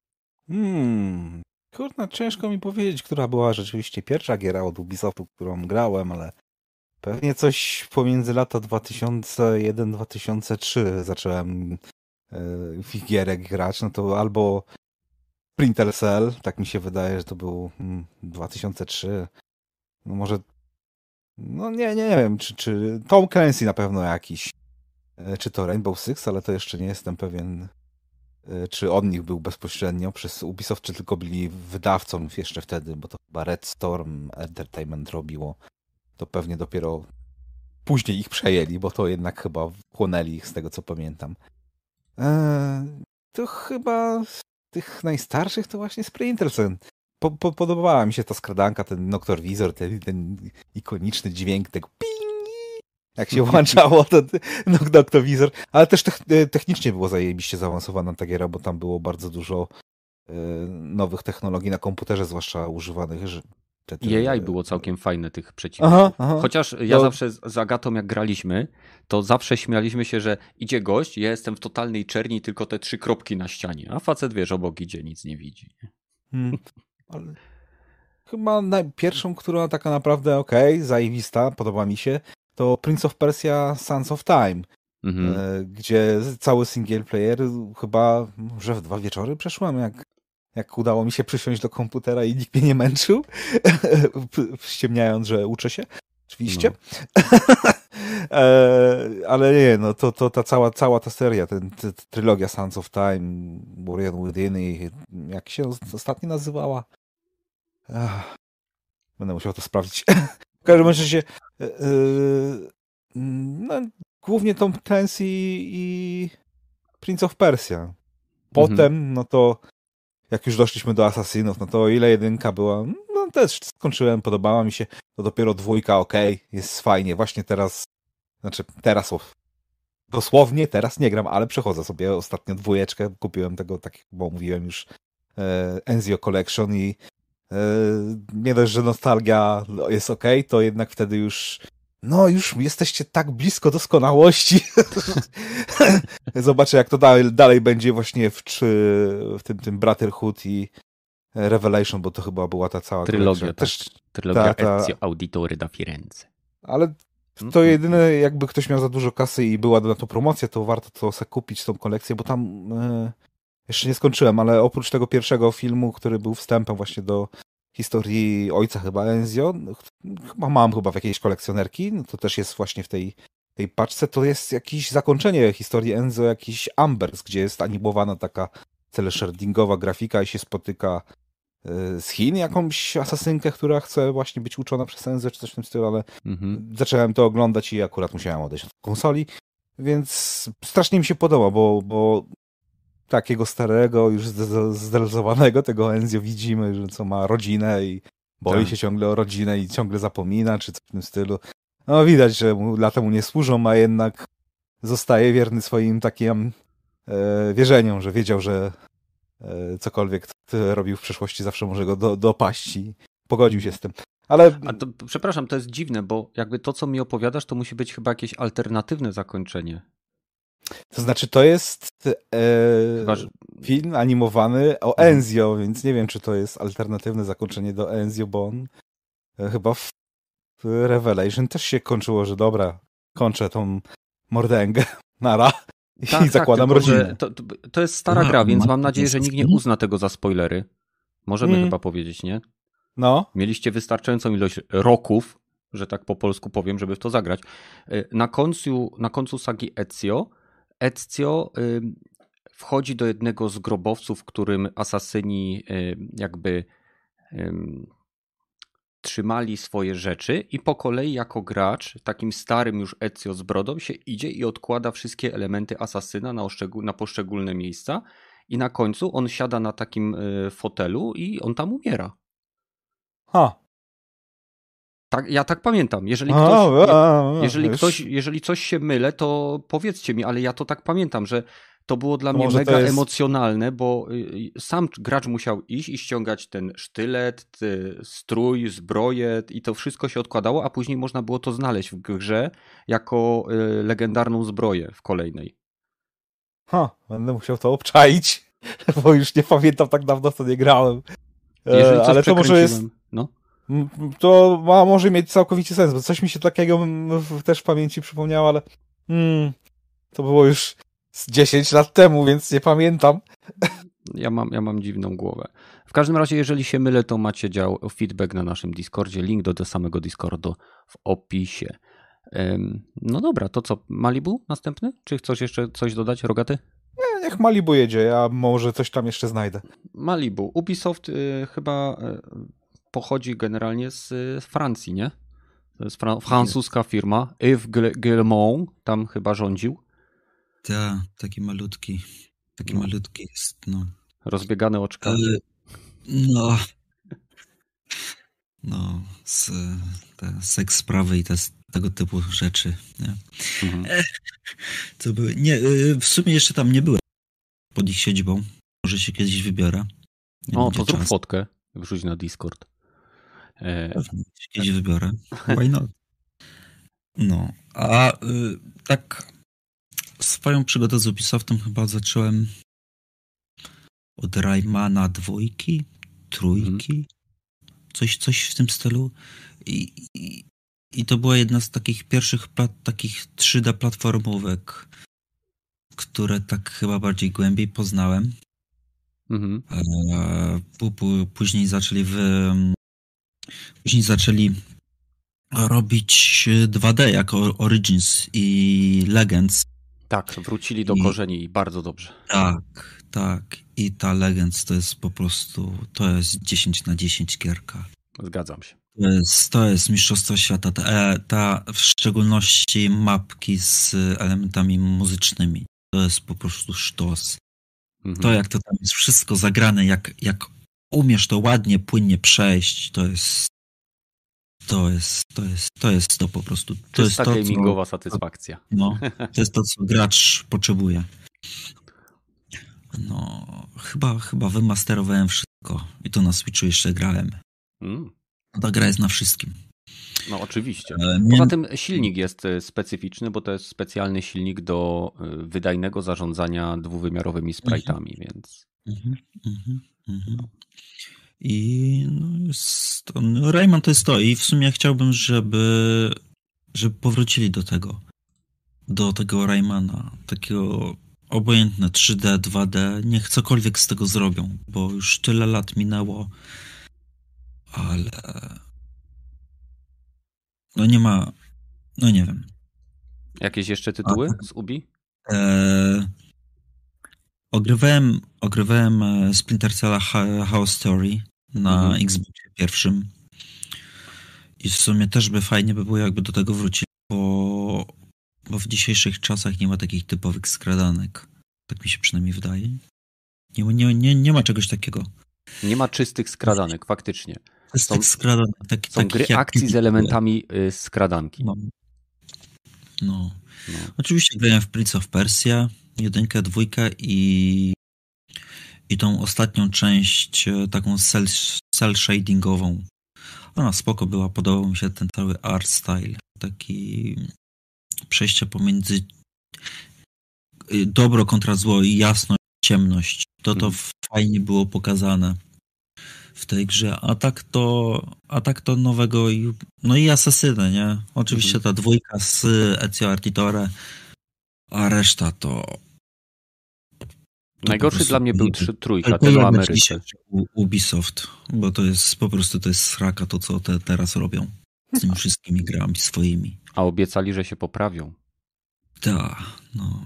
Kurna, ciężko mi powiedzieć, która była rzeczywiście pierwsza giera od Ubisoftu, którą grałem, ale pewnie coś pomiędzy lata 2001-2003 zacząłem w gierek grać. No to albo Splinter Cell, tak mi się wydaje, że to był 2003. No może, no nie wiem, czy Tom Clancy na pewno jakiś. Czy to Rainbow Six, ale to jeszcze nie jestem pewien, czy od nich był bezpośrednio przez Ubisoft, czy tylko byli wydawcą jeszcze wtedy, bo to chyba Red Storm Entertainment robiło. To pewnie dopiero później ich przejęli, bo to jednak chyba wchłonęli ich z tego, co pamiętam. To chyba z tych najstarszych to właśnie Splinter Cell. Podobała mi się ta skradanka, ten Nocturwizor, ten ikoniczny dźwięk tego ping, jak się włączało ten Nocturwizor, ale też technicznie było zajebiście zaawansowana ta giera, bo tam było bardzo dużo nowych technologii na komputerze, zwłaszcza używanych.
I AI było całkiem fajne tych przeciwników. Chociaż ja zawsze z Agatą jak graliśmy, to zawsze śmialiśmy się, że idzie gość, ja jestem w totalnej czerni, tylko te 3 kropki na ścianie, a facet, wiesz, obok idzie, nic nie widzi.
Ale chyba pierwszą, która taka naprawdę zajebista, podoba mi się, to Prince of Persia Sands of Time, gdzie cały single player chyba, że w 2 wieczory przeszłem, jak udało mi się przysiąść do komputera i nikt mnie nie męczył, ściemniając, że uczę się, oczywiście. Ale nie, no to ta cała ta seria, trylogia Sands of Time, Warrior Within i jak się ostatnio nazywała? Będę musiał to sprawdzić. W każdym razie no, głównie Tom Clancy i Prince of Persia. Potem, no to jak już doszliśmy do Assassinów, no to o ile 1 była, no też skończyłem, podobała mi się, to dopiero 2 jest fajnie. Właśnie teraz dosłownie teraz nie gram, ale przechodzę sobie ostatnio 2, kupiłem tego, tak jak mówiłem już, Ezio Collection i nie dość, że nostalgia jest okej, to jednak wtedy już jesteście tak blisko doskonałości. Zobaczę, jak to dalej będzie właśnie w tym Brotherhood i Revelation, bo to chyba była ta cała
trylogia. Trylogia Ezio Auditore da Firenze.
Ale to jedyne, jakby ktoś miał za dużo kasy i była na to promocja, to warto to sobie kupić, tą kolekcję, bo tam jeszcze nie skończyłem, ale oprócz tego pierwszego filmu, który był wstępem właśnie do historii ojca chyba Ezio, mam w jakiejś kolekcjonerki, no to też jest właśnie w tej paczce, to jest jakieś zakończenie historii Enzo, jakiś Ambers, gdzie jest animowana taka cel-shadingowa grafika i się spotyka z Chin jakąś asasynkę, która chce właśnie być uczona przez Enzo, czy coś w tym stylu, ale zacząłem to oglądać i akurat musiałem odejść od konsoli, więc strasznie mi się podoba, bo takiego starego, już zrealizowanego tego Enzio widzimy, że co ma rodzinę i boi się ciągle o rodzinę i ciągle zapomina, czy coś w tym stylu. No widać, że lata mu nie służą, a jednak zostaje wierny swoim takim wierzeniom, że wiedział, że cokolwiek robił w przeszłości zawsze może go dopaść i pogodził się z tym. Ale...
Przepraszam, to jest dziwne, bo jakby to, co mi opowiadasz, to musi być chyba jakieś alternatywne zakończenie.
To znaczy, to jest film animowany o Enzio, więc nie wiem, czy to jest alternatywne zakończenie do Enzio, bo on chyba w Revelation też się kończyło, że dobra, kończę tą mordęgę, nara i zakładam rodzinę.
To jest stara gra, więc mam nadzieję, że nikt nie uzna tego za spoilery. Możemy chyba powiedzieć, nie?
No.
Mieliście wystarczającą ilość roków, że tak po polsku powiem, żeby w to zagrać. Na końcu sagi Ezio wchodzi do jednego z grobowców, w którym asasyni jakby trzymali swoje rzeczy i po kolei jako gracz, takim starym już Ezio z brodą, się idzie i odkłada wszystkie elementy asasyna na poszczególne miejsca i na końcu on siada na takim fotelu i on tam umiera. Tak, ja tak pamiętam. Jeżeli coś się mylę, to powiedzcie mi, ale ja to tak pamiętam, że to było dla mnie mega emocjonalne, bo sam gracz musiał iść i ściągać ten sztylet, strój, zbroję i to wszystko się odkładało, a później można było to znaleźć w grze jako legendarną zbroję w kolejnej.
Będę musiał to obczaić, bo już nie pamiętam, tak dawno to nie grałem.
Ale to może jest... No?
To może mieć całkowicie sens, bo coś mi się takiego też w pamięci przypomniało, ale to było już z 10 lat temu, więc nie pamiętam.
Ja mam dziwną głowę. W każdym razie, jeżeli się mylę, to macie dział feedback na naszym Discordzie. Link do samego Discordu w opisie. No dobra, to co? Malibu następny? Czy chcesz jeszcze coś dodać, Rogaty?
Nie, niech Malibu jedzie, ja może coś tam jeszcze znajdę.
Malibu. Ubisoft chyba pochodzi generalnie z Francji, nie? To jest francuska firma. Yves Guillemot tam chyba rządził.
Tak, taki malutki jest, no.
Rozbiegane oczka.
Te seks sprawy i tego typu rzeczy, nie? To były, nie, w sumie jeszcze tam nie byłem pod ich siedzibą. Może się kiedyś wybiorę.
To zrób fotkę, wrzuć na Discord.
Pewnie się kiedyś wybiorę. Why not? No, a tak swoją przygodę z Ubisoftem chyba zacząłem od Raymana 2, 3, coś w tym stylu i to była jedna z takich pierwszych takich 3D platformówek, które tak chyba bardziej głębiej poznałem. Później zaczęli robić 2D jako Origins i Legends.
Tak, wrócili do korzeni i bardzo dobrze.
Tak. I ta Legends to jest po prostu, to jest 10/10 gierka.
Zgadzam się.
To jest mistrzostwo świata. Ta w szczególności mapki z elementami muzycznymi. To jest po prostu sztos. To jak to tam jest wszystko zagrane, jak umiesz to ładnie, płynnie przejść, to jest To jest to po prostu. To
Czysta
jest to,
gamingowa satysfakcja.
No, to jest to, co gracz potrzebuje. No, chyba wymasterowałem wszystko i to na Switchu jeszcze grałem. Ta gra jest na wszystkim.
No oczywiście. Poza tym silnik jest specyficzny, bo to jest specjalny silnik do wydajnego zarządzania dwuwymiarowymi sprite'ami, więc...
I Rayman to jest to. I w sumie chciałbym, żeby powrócili do tego Raymana, takiego obojętne 3D, 2D, niech cokolwiek z tego zrobią, bo już tyle lat minęło, ale nie wiem.
Jakieś jeszcze tytuły z Ubi?
Ogrywałem Splinter Cella House Story na Xboxie pierwszym i w sumie też fajnie by było, jakby do tego wrócić, bo w dzisiejszych czasach nie ma takich typowych skradanek. Tak mi się przynajmniej wydaje. Nie ma czegoś takiego.
Nie ma czystych skradanek, faktycznie.
Czystych skradanek.
Są gry akcji z elementami skradanki.
No. Oczywiście grałem w Prince of Persia, 1, 2 i tą ostatnią część taką cel shadingową. Ona spoko była, podobał mi się ten cały art style. Taki przejście pomiędzy dobro kontra zło i jasność, ciemność. To fajnie było pokazane w tej grze. A tak to nowego no i Asasynę, nie? Oczywiście ta 2 z Ezio Auditore, a reszta to
najgorszy dla mnie był 3, ten o Ameryce.
Ubisoft, bo to jest po prostu sraka to, co teraz robią z tymi wszystkimi grami swoimi.
A obiecali, że się poprawią.
Tak, no.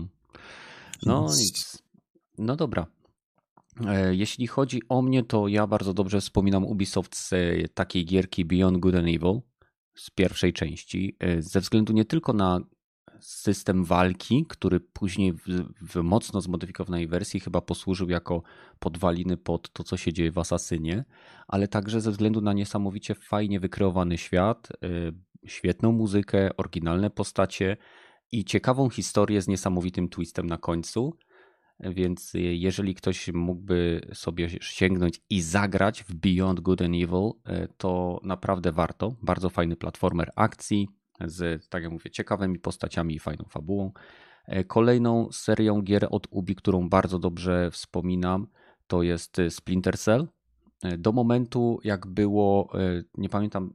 No nic. No dobra. Jeśli chodzi o mnie, to ja bardzo dobrze wspominam Ubisoft z takiej gierki Beyond Good and Evil z pierwszej części, ze względu nie tylko na system walki, który później w mocno zmodyfikowanej wersji chyba posłużył jako podwaliny pod to, co się dzieje w Asasynie, ale także ze względu na niesamowicie fajnie wykreowany świat, świetną muzykę, oryginalne postacie i ciekawą historię z niesamowitym twistem na końcu. Więc jeżeli ktoś mógłby sobie sięgnąć i zagrać w Beyond Good and Evil, to naprawdę warto. Bardzo fajny platformer akcji z, tak jak mówię, ciekawymi postaciami i fajną fabułą. Kolejną serią gier od Ubi, którą bardzo dobrze wspominam, to jest Splinter Cell. Do momentu, jak było, nie pamiętam,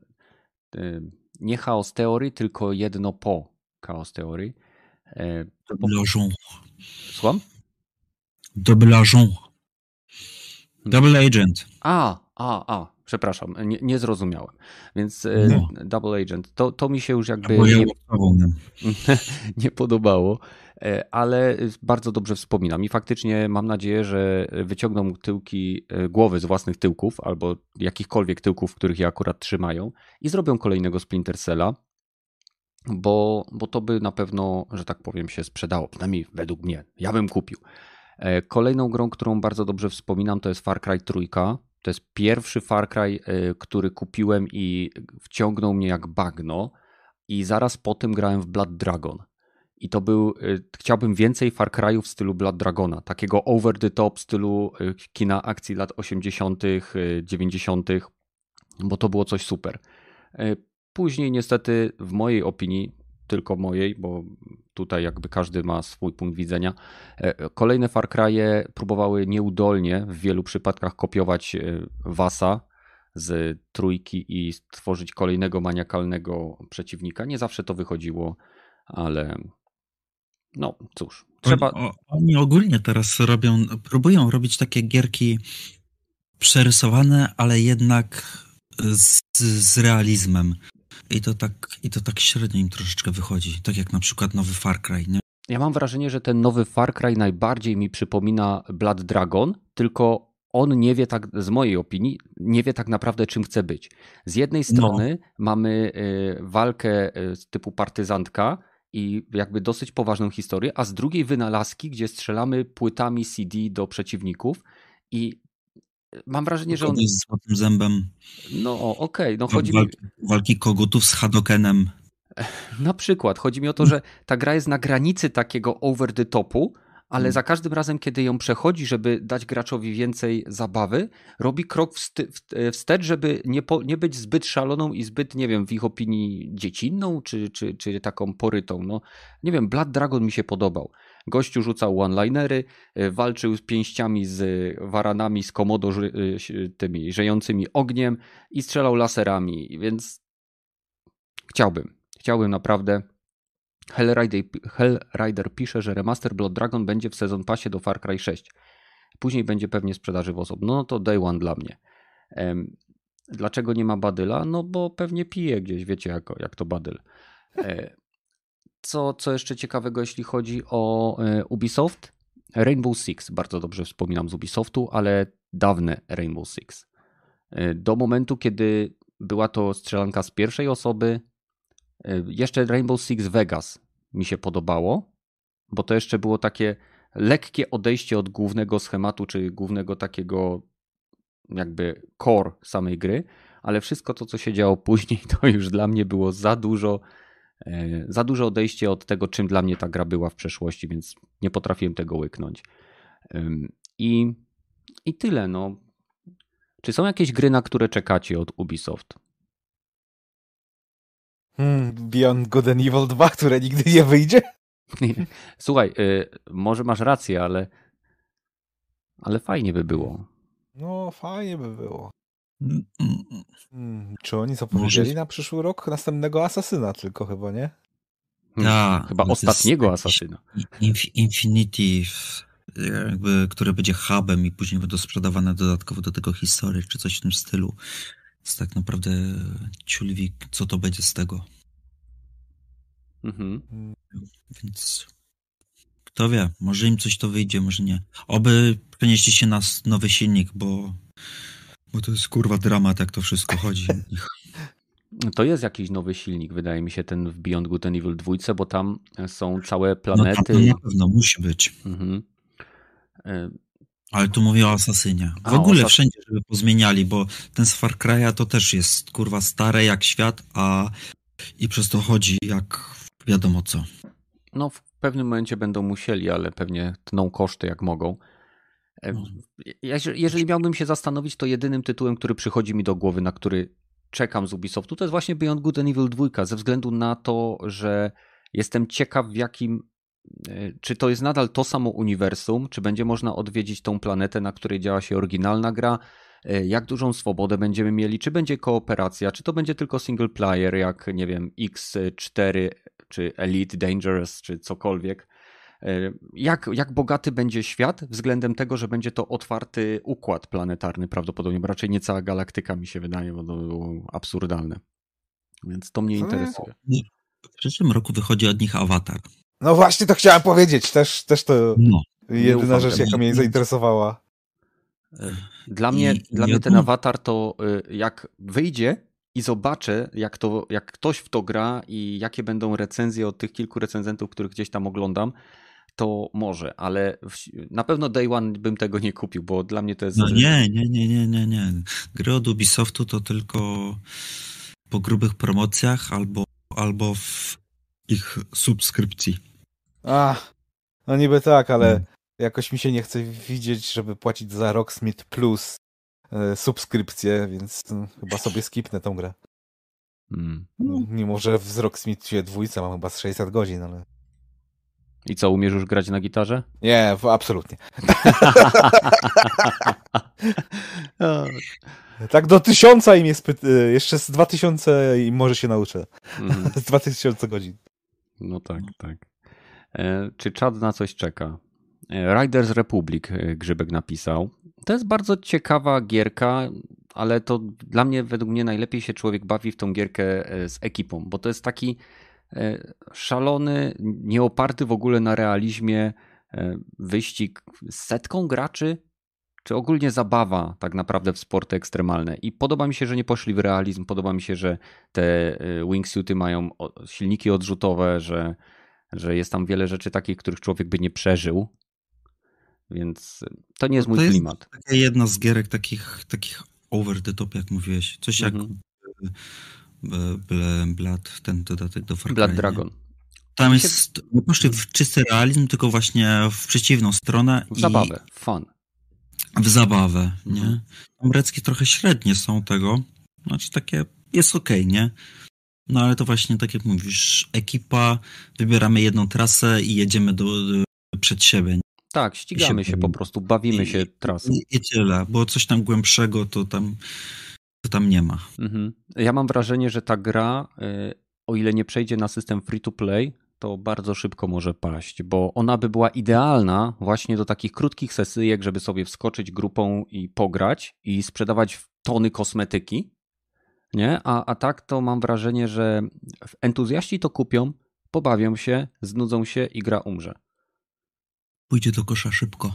nie Chaos Theory, tylko jedno po Chaos Theory. Słucham?
Double Agent.
Przepraszam, nie zrozumiałem. Więc Double Agent, to mi się już jakby nie podobało, ale bardzo dobrze wspominam i faktycznie mam nadzieję, że wyciągną głowy z własnych tyłków albo jakichkolwiek tyłków, których je akurat trzymają i zrobią kolejnego Splinter Cella, bo to by na pewno, że tak powiem, się sprzedało, przynajmniej według mnie. Ja bym kupił. Kolejną grą, którą bardzo dobrze wspominam, to jest Far Cry 3. To jest pierwszy Far Cry, który kupiłem i wciągnął mnie jak bagno i zaraz potem grałem w Blood Dragon. I to był, chciałbym więcej Far Cry'ów w stylu Blood Dragona, takiego over the top stylu kina akcji lat 80., 90., bo to było coś super. Później niestety w mojej opinii, tylko mojej, bo tutaj jakby każdy ma swój punkt widzenia, kolejne Far Cry'e próbowały nieudolnie w wielu przypadkach kopiować Vasa z 3 i stworzyć kolejnego maniakalnego przeciwnika. Nie zawsze to wychodziło, ale no cóż.
Oni ogólnie teraz próbują robić takie gierki przerysowane, ale jednak z realizmem. I to tak średnio im troszeczkę wychodzi. Tak jak na przykład nowy Far Cry, nie?
Ja mam wrażenie, że ten nowy Far Cry najbardziej mi przypomina Blood Dragon, tylko on nie wie tak, z mojej opinii, nie wie tak naprawdę czym chce być. Z jednej strony mamy walkę z typu partyzantka i jakby dosyć poważną historię, a z drugiej wynalazki, gdzie strzelamy płytami CD do przeciwników i mam wrażenie, że on...
Z złotym zębem.
No okej, no chodzi mi...
Walki kogutów z Hadokenem.
Na przykład. Chodzi mi o to, że ta gra jest na granicy takiego over the topu, ale za każdym razem, kiedy ją przechodzi, żeby dać graczowi więcej zabawy, robi krok wstecz, żeby nie być zbyt szaloną i zbyt, nie wiem, w ich opinii dziecinną, czy taką porytą. No, nie wiem, Blood Dragon mi się podobał. Gościu rzucał one-linery, walczył z pięściami z waranami z Komodo tymi żejącymi ogniem i strzelał laserami, więc Chciałbym naprawdę. Hellrider pisze, że remaster Blood Dragon będzie w Season Passie do Far Cry 6. Później będzie pewnie sprzedaży w osobno. No to day one dla mnie. Dlaczego nie ma Badyla? No bo pewnie pije gdzieś, wiecie jak to Badyl. Co jeszcze ciekawego, jeśli chodzi o Ubisoft? Rainbow Six. Bardzo dobrze wspominam z Ubisoftu, ale dawne Rainbow Six. Do momentu, kiedy była to strzelanka z pierwszej osoby, jeszcze Rainbow Six Vegas mi się podobało, bo to jeszcze było takie lekkie odejście od głównego schematu, czy głównego takiego jakby core samej gry, ale wszystko to, co się działo później, to już dla mnie było za dużo odejście od tego, czym dla mnie ta gra była w przeszłości, więc nie potrafiłem tego łyknąć. I tyle, no. Czy są jakieś gry, na które czekacie od Ubisoft?
Beyond Good and Evil 2, które nigdy nie wyjdzie?
Słuchaj, może masz rację, ale fajnie by było.
No, fajnie by było. Czy oni zapowiedzieli na przyszły rok następnego Asasyna tylko chyba, nie?
Tak.
Chyba ostatniego Asasyna.
Infinity, jakby, które będzie hubem i później będą sprzedawane dodatkowo do tego historii, czy coś w tym stylu. Jest tak naprawdę ciulwik, co to będzie z tego. Więc kto wie, może im coś to wyjdzie, może nie. Oby przenieśli się na nowy silnik, bo to jest kurwa dramat, jak to wszystko chodzi.
To jest jakiś nowy silnik, wydaje mi się, ten w Beyond Good and Evil 2, bo tam są całe planety.
No na pewno musi być. Ale tu mówię o Asasynie. W ogóle wszędzie, żeby pozmieniali, bo ten z Far Cry'a to też jest kurwa stare jak świat, i przez to chodzi jak wiadomo co.
No w pewnym momencie będą musieli, ale pewnie tną koszty jak mogą. Jeżeli miałbym się zastanowić, to jedynym tytułem, który przychodzi mi do głowy, na który czekam z Ubisoftu, to jest właśnie Beyond Good and Evil 2, ze względu na to, że jestem ciekaw czy to jest nadal to samo uniwersum, czy będzie można odwiedzić tą planetę, na której działa się oryginalna gra, jak dużą swobodę będziemy mieli, czy będzie kooperacja, czy to będzie tylko single player, jak nie wiem, X4, czy Elite Dangerous, czy cokolwiek. Jak bogaty będzie świat względem tego, że będzie to otwarty układ planetarny prawdopodobnie, bo raczej nie cała galaktyka mi się wydaje, bo to było absurdalne. Więc to mnie interesuje.
W przyszłym roku wychodzi od nich Avatar.
No właśnie to chciałem powiedzieć. Też to jedyna rzecz, jaka mnie zainteresowała.
Dla mnie ten Avatar to jak wyjdzie i zobaczę, jak ktoś w to gra i jakie będą recenzje od tych kilku recenzentów, których gdzieś tam oglądam, to może, ale na pewno Day One bym tego nie kupił, bo dla mnie to jest...
No nie. Gry od Ubisoftu to tylko po grubych promocjach albo w ich subskrypcji.
No niby tak, ale jakoś mi się nie chce widzieć, żeby płacić za Rocksmith Plus subskrypcję, więc chyba sobie skipnę tą grę. Mimo, że w Rocksmithie 2 mam chyba z 600 godzin, ale...
I co, umiesz już grać na gitarze?
Nie, absolutnie. Tak do 1000 im jest jeszcze z 2000 i może się nauczę. Z 2000 godzin.
No tak. Czy czat na coś czeka? Riders Republic Grzybek napisał. To jest bardzo ciekawa gierka, ale to dla mnie, według mnie najlepiej się człowiek bawi w tą gierkę z ekipą, bo to jest taki szalony, nieoparty w ogóle na realizmie wyścig z setką graczy, czy ogólnie zabawa tak naprawdę w sporty ekstremalne. I podoba mi się, że nie poszli w realizm, podoba mi się, że te wingsuity mają silniki odrzutowe, że jest tam wiele rzeczy takich, których człowiek by nie przeżył. więc to nie jest mój klimat.
To jest taka jedna z gierek takich over the top, jak mówiłeś. Coś jak Blood, ten dodatek do Far Cry.
Blood Dragon.
Tam jest, nie poszli w czysty realizm, tylko właśnie w przeciwną stronę.
W zabawę, fun.
W zabawę, nie? Ameryckie trochę średnie są tego. Znaczy takie, jest okej, nie? No ale to właśnie tak jak mówisz, ekipa, wybieramy jedną trasę i jedziemy przed siebie. Nie?
Tak, ścigamy się po prostu, bawimy się trasą.
I tyle, bo coś tam głębszego to tam nie ma.
Ja mam wrażenie, że ta gra, o ile nie przejdzie na system free to play, to bardzo szybko może paść, bo ona by była idealna właśnie do takich krótkich sesyjek, żeby sobie wskoczyć grupą i pograć i sprzedawać tony kosmetyki, nie? A tak to mam wrażenie, że entuzjaści to kupią, pobawią się, znudzą się i gra umrze.
Pójdzie do kosza szybko.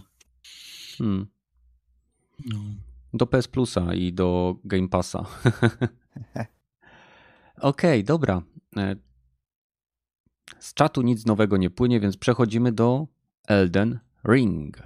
No. Do PS Plusa i do Game Passa. Okej, dobra. Z czatu nic nowego nie płynie, więc przechodzimy do Elden Ring.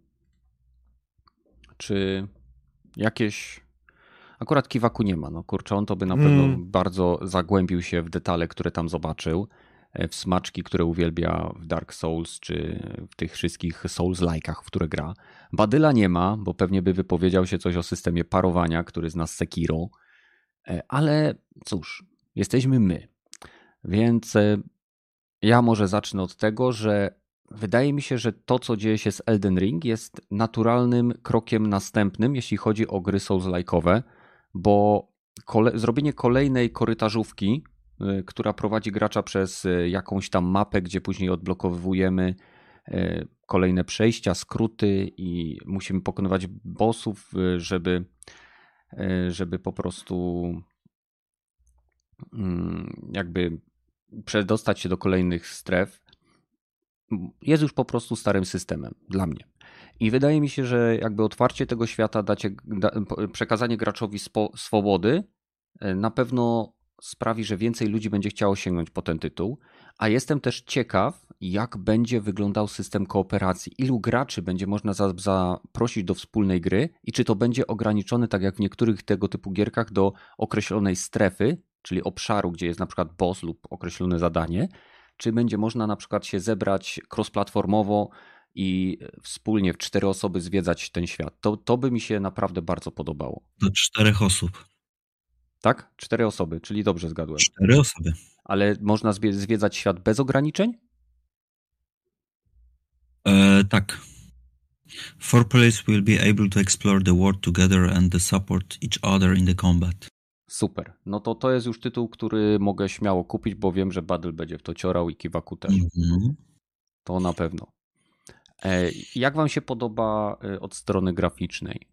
Czy jakieś... Akurat Kiwaku nie ma. No kurczę, on to by na pewno bardzo zagłębił się w detale, które tam zobaczył. W smaczki, które uwielbia w Dark Souls, czy w tych wszystkich Souls-like'ach, w które gra. Badyla nie ma, bo pewnie by wypowiedział się coś o systemie parowania, który zna Sekiro. Ale cóż, jesteśmy my. Więc ja może zacznę od tego, że wydaje mi się, że to, co dzieje się z Elden Ring, jest naturalnym krokiem następnym, jeśli chodzi o gry Souls-like'owe, bo zrobienie kolejnej korytarzówki, która prowadzi gracza przez jakąś tam mapę, gdzie później odblokowujemy kolejne przejścia, skróty i musimy pokonywać bossów, żeby po prostu jakby przedostać się do kolejnych stref, jest już po prostu starym systemem dla mnie. I wydaje mi się, że jakby otwarcie tego świata, przekazanie graczowi swobody na pewno sprawi, że więcej ludzi będzie chciało sięgnąć po ten tytuł, a jestem też ciekaw, jak będzie wyglądał system kooperacji. Ilu graczy będzie można zaprosić do wspólnej gry i czy to będzie ograniczone, tak jak w niektórych tego typu gierkach, do określonej strefy, czyli obszaru, gdzie jest na przykład boss lub określone zadanie, czy będzie można na przykład się zebrać cross-platformowo i wspólnie w 4 osoby zwiedzać ten świat. To by mi się naprawdę bardzo podobało.
Do 4 osób.
Tak? 4 osoby, czyli dobrze zgadłem.
4 osoby.
Ale można zwiedzać świat bez ograniczeń?
Tak. 4 players will be able to explore the world together and to support each other in the combat.
Super. No to jest już tytuł, który mogę śmiało kupić, bo wiem, że Badl będzie w to ciorał i Kiwaku też. To na pewno. Jak wam się podoba od strony graficznej?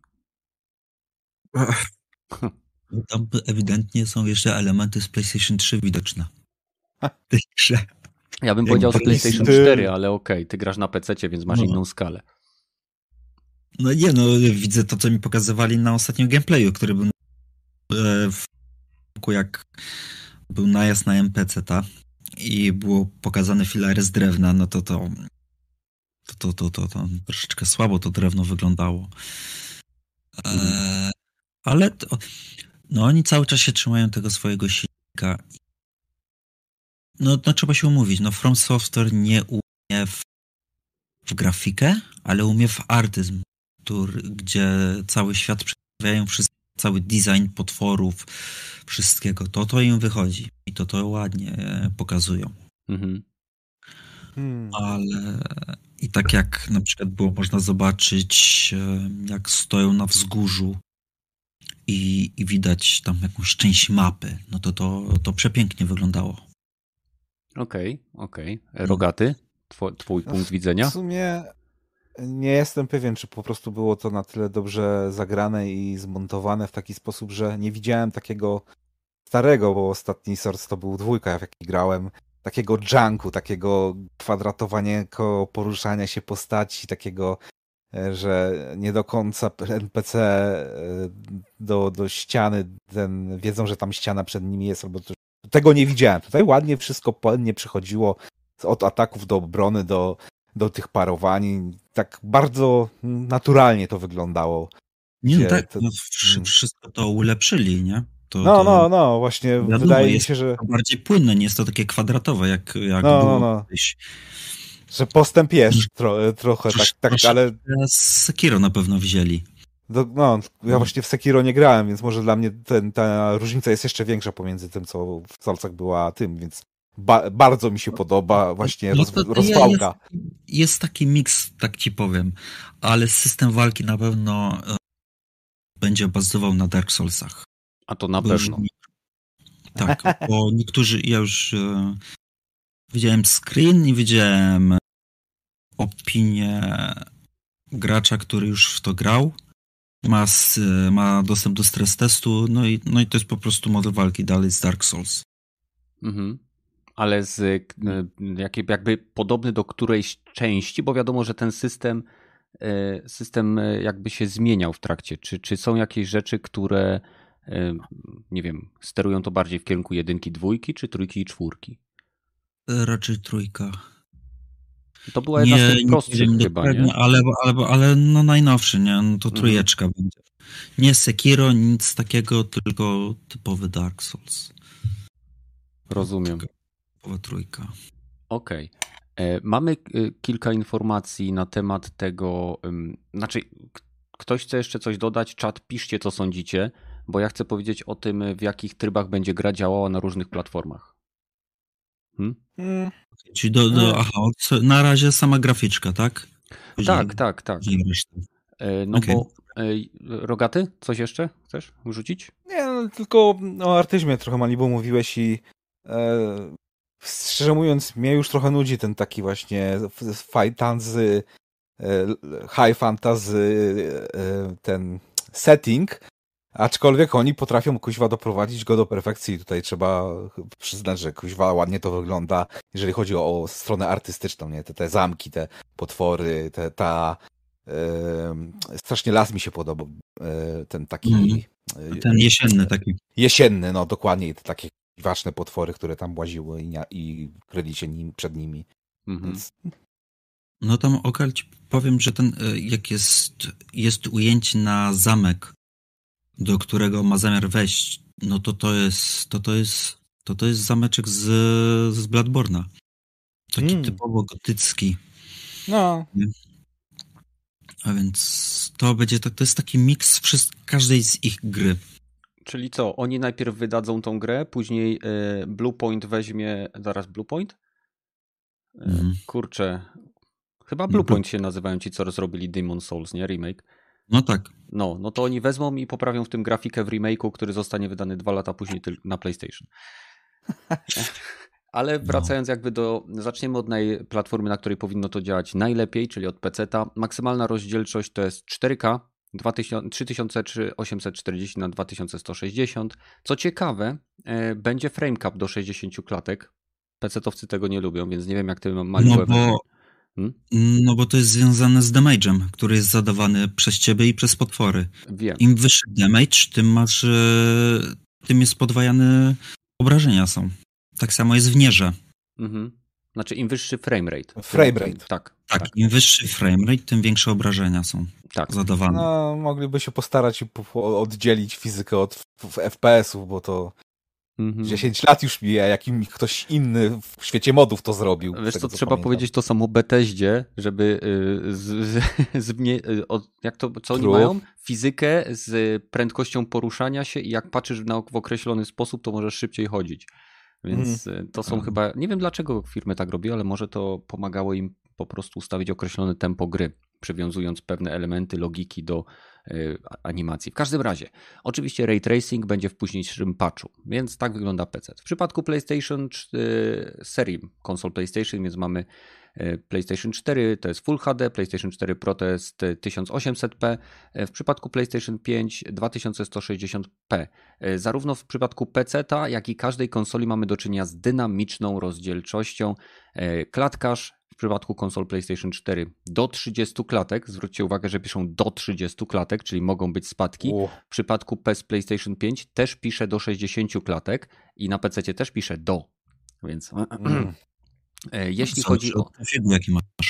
Tam ewidentnie są jeszcze elementy z PlayStation 3 widoczne. W tej grze.
Ja bym powiedział z PlayStation 4, ale okej, ty grasz na PC-cie, więc masz inną skalę.
No nie, widzę to, co mi pokazywali na ostatnim gameplayu, który był w roku, jak był najazd na NPC-ta i było pokazane filary z drewna, no to troszeczkę słabo to drewno wyglądało. Ale oni cały czas się trzymają tego swojego silnika. No trzeba się umówić. From Software nie umie w grafikę, ale umie w artyzm, gdzie cały świat przedstawiają cały design potworów, wszystkiego. To im wychodzi. I to ładnie pokazują. Ale i tak jak na przykład było można zobaczyć, jak stoją na wzgórzu i widać tam jakąś część mapy, no to przepięknie wyglądało.
Okej. Rogaty, twój punkt widzenia?
W sumie nie jestem pewien, czy po prostu było to na tyle dobrze zagrane i zmontowane w taki sposób, że nie widziałem takiego starego, bo ostatni Source to był 2, w jaki grałem, takiego junku, takiego kwadratowanego poruszania się postaci, takiego, że nie do końca NPC do ściany, wiedzą, że tam ściana przed nimi jest, albo coś. Tego nie widziałem. Tutaj ładnie wszystko płynnie przychodziło od ataków do obrony, do do tych parowań. Tak bardzo naturalnie to wyglądało.
Nie, tak, wszystko to ulepszyli, nie?
No, właśnie
wiadomo,
wydaje mi się, że...
bardziej płynne, nie jest to takie kwadratowe, jak było kiedyś.
Że postęp jest trochę, tak, ale...
Z Sekiro na pewno wzięli.
Ja właśnie w Sekiro nie grałem, więc może dla mnie ta różnica jest jeszcze większa pomiędzy tym, co w Soulsach była, a tym, więc bardzo mi się podoba właśnie rozwałka.
Jest taki miks, tak ci powiem, ale system walki na pewno będzie bazował na Dark Soulsach.
A to na pewno.
Tak, bo niektórzy, ja już widziałem screen i widziałem opinię gracza, który już w to grał. Ma dostęp do stres testu, no i to jest po prostu model walki dalej z Dark Souls.
Mhm. Ale jakby podobny do którejś części, bo wiadomo, że ten system jakby się zmieniał w trakcie. Czy są jakieś rzeczy, które nie wiem, sterują to bardziej w kierunku 1, 2, czy 3 i 4?
Raczej 3.
To była jedna z tych prostszych chyba, nie?
Ale no najnowszy, nie? No to 3 będzie. Nie Sekiro, nic takiego, tylko typowy Dark Souls.
Rozumiem.
Typowa 3.
Okej. Mamy kilka informacji na temat tego, znaczy ktoś chce jeszcze coś dodać? Czat, piszcie co sądzicie, bo ja chcę powiedzieć o tym, w jakich trybach będzie gra działała na różnych platformach.
Czyli na razie sama graficzka, tak?
Później tak. No okay. Bo Rogaty, coś jeszcze chcesz wrzucić?
Nie, no, tylko o Artyzmie trochę Malibu mówiłeś i szczerze mówiąc mnie już trochę nudzi ten taki właśnie high fantasy ten setting, aczkolwiek oni potrafią kuźwa doprowadzić go do perfekcji. Tutaj trzeba przyznać, że kuźwa ładnie to wygląda, jeżeli chodzi o stronę artystyczną, nie? Te zamki, te potwory, strasznie las mi się podobał. Ten taki...
Ten jesienny taki.
Jesienny, no dokładnie. Te takie ważne potwory, które tam łaziły i kryli się przed nimi. Więc...
No tam ci powiem, że ten, jak jest ujęcie na zamek, do którego ma zamiar wejść, no to jest zameczek z Bloodborne'a. Taki typowo gotycki.
No.
A więc to jest taki miks każdej z ich gry.
Czyli co, oni najpierw wydadzą tą grę, później Bluepoint weźmie... Zaraz Bluepoint? Kurczę, chyba Bluepoint się nazywają ci, co zrobili Demon Souls, nie? Remake.
No tak.
No to oni wezmą i poprawią w tym grafikę w remake'u, który zostanie wydany 2 lata później na PlayStation. Ale wracając zaczniemy od platformy, na której powinno to działać najlepiej, czyli od PC-ta. Maksymalna rozdzielczość to jest 4K, 3840 na 2160. Co ciekawe, będzie frame cap do 60 klatek. PC-towcy tego nie lubią, więc nie wiem, jak ty maliłeś.
No bo to jest związane z damage'em, który jest zadawany przez ciebie i przez potwory.
Wiem.
Im wyższy damage, tym jest podwajane obrażenia są. Tak samo jest w Nierze.
Znaczy im wyższy framerate.
Tak,
im wyższy framerate, tym większe obrażenia są zadawane.
No, mogliby się postarać i oddzielić fizykę od FPS-ów, bo to 10 lat już mija, jakim ktoś inny w świecie modów to zrobił.
Wiesz co, trzeba powiedzieć to samo Bethesdzie, żeby co oni mają? Fizykę z prędkością poruszania się i jak patrzysz w określony sposób, to możesz szybciej chodzić. Więc to są chyba, nie wiem dlaczego firmy tak robią, ale może to pomagało im po prostu ustawić określone tempo gry, przywiązując pewne elementy logiki do animacji. W każdym razie, oczywiście ray tracing będzie w późniejszym patchu, więc tak wygląda PC. W przypadku PlayStation serii konsol PlayStation, więc mamy PlayStation 4 to jest Full HD, PlayStation 4 Pro to jest 1800p, w przypadku PlayStation 5 2160p. Zarówno w przypadku PC-ta, jak i każdej konsoli mamy do czynienia z dynamiczną rozdzielczością. Klatkarz w przypadku konsol PlayStation 4 do 30 klatek, zwróćcie uwagę, że piszą do 30 klatek, czyli mogą być spadki. W przypadku PlayStation 5 też pisze do 60 klatek i na PC-cie też pisze do, więc... Jeśli chodzi o...
Jaki masz?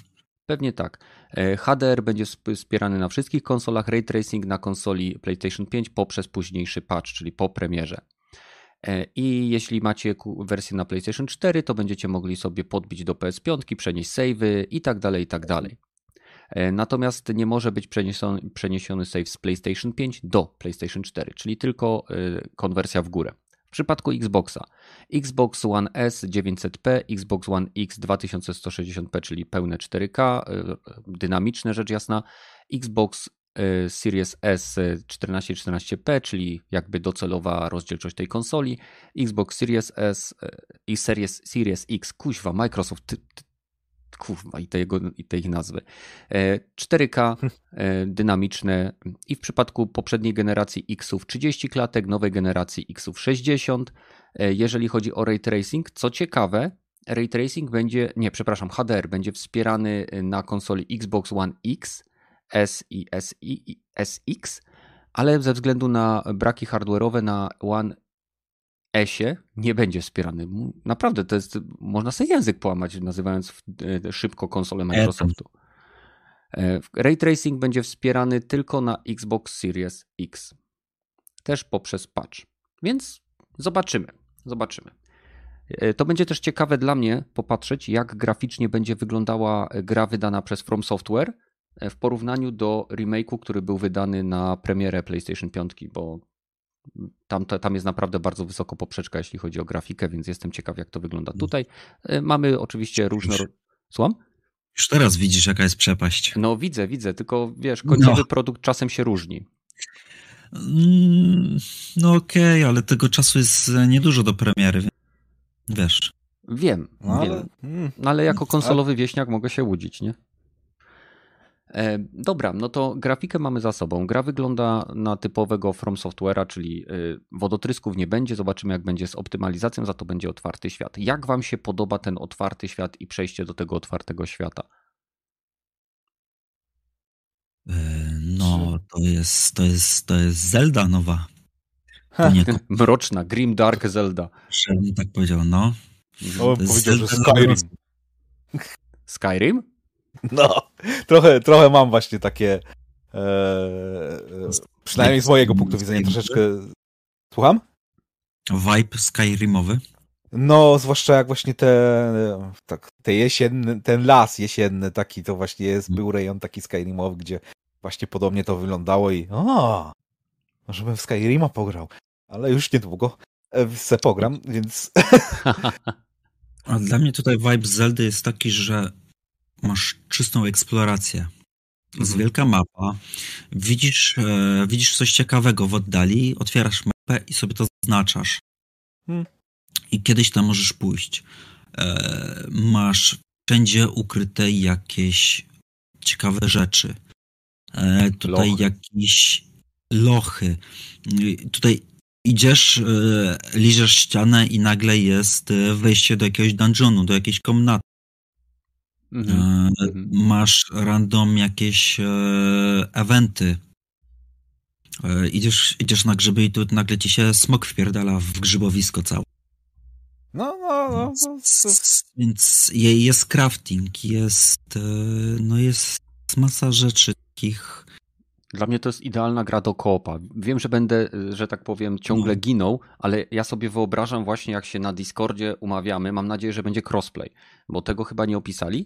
Pewnie tak. HDR będzie wspierany na wszystkich konsolach, Ray Tracing na konsoli PlayStation 5 poprzez późniejszy patch, czyli po premierze. I jeśli macie wersję na PlayStation 4, to będziecie mogli sobie podbić do PS5, przenieść save'y i tak dalej, i tak dalej. Natomiast nie może być przeniesiony save z PlayStation 5 do PlayStation 4, czyli tylko konwersja w górę. W przypadku Xboxa, Xbox One S 900p, Xbox One X 2160p, czyli pełne 4K, dynamiczne rzecz jasna, Xbox Series S 1440p, czyli jakby docelowa rozdzielczość tej konsoli, Xbox Series S i Series X, kuźwa, Microsoft, kurwa i tej nazwy, 4K dynamiczne i w przypadku poprzedniej generacji X-ów 30 klatek, nowej generacji X-ów 60. Jeżeli chodzi o Ray Tracing, co ciekawe, Ray Tracing HDR będzie wspierany na konsoli Xbox One X, S i SX, ale ze względu na braki hardware'owe na One S-ie nie będzie wspierany. Naprawdę, to jest, można sobie język połamać, nazywając szybko konsolę Microsoftu. Ray Tracing będzie wspierany tylko na Xbox Series X. Też poprzez patch. Więc zobaczymy. To będzie też ciekawe dla mnie popatrzeć, jak graficznie będzie wyglądała gra wydana przez From Software w porównaniu do remake'u, który był wydany na premierę PlayStation 5, bo tam jest naprawdę bardzo wysoko poprzeczka, jeśli chodzi o grafikę, więc jestem ciekaw, jak to wygląda tutaj. Mamy oczywiście różne... Słucham?
Już teraz widzisz, jaka jest przepaść.
No widzę, tylko wiesz, końcowy produkt czasem się różni.
No okej, ale tego czasu jest niedużo do premiery, wiesz.
Wiem. Ale jako konsolowy wieśniak mogę się łudzić, nie? Dobra, no to grafikę mamy za sobą. Gra wygląda na typowego From Software'a, czyli wodotrysków nie będzie. Zobaczymy, jak będzie z optymalizacją, za to będzie otwarty świat. Jak wam się podoba ten otwarty świat i przejście do tego otwartego świata?
No, to jest Zelda nowa.
Mroczna, grim dark Zelda.
Żebym tak powiedział, no.
Powiedział, że Skyrim.
Skyrim?
No, trochę mam właśnie takie, przynajmniej z mojego punktu widzenia troszeczkę... Słucham?
Vibe Skyrimowy?
No, zwłaszcza jak właśnie te jesienne, ten las jesienny taki, to właśnie był rejon taki Skyrimowy, gdzie właśnie podobnie to wyglądało i może bym w Skyrima pograł, ale już niedługo se pogram, więc...
A dla mnie tutaj vibe Zeldy jest taki, że masz czystą eksplorację. Jest wielka mapa, widzisz coś ciekawego w oddali, otwierasz mapę i sobie to zaznaczasz. I kiedyś tam możesz pójść. Masz wszędzie ukryte jakieś ciekawe rzeczy. Tutaj jakieś lochy. Tutaj idziesz, liżesz ścianę i nagle jest wejście do jakiegoś dungeonu, do jakiejś komnaty. Masz random jakieś eventy. Idziesz na grzyby i tu nagle ci się smok wpierdala w grzybowisko całe.
No.
Więc jest crafting, jest masa rzeczy takich.
Dla mnie to jest idealna gra do koopa. Wiem, że będę, że tak powiem, ciągle ginął, ale ja sobie wyobrażam właśnie, jak się na Discordzie umawiamy. Mam nadzieję, że będzie crossplay, bo tego chyba nie opisali.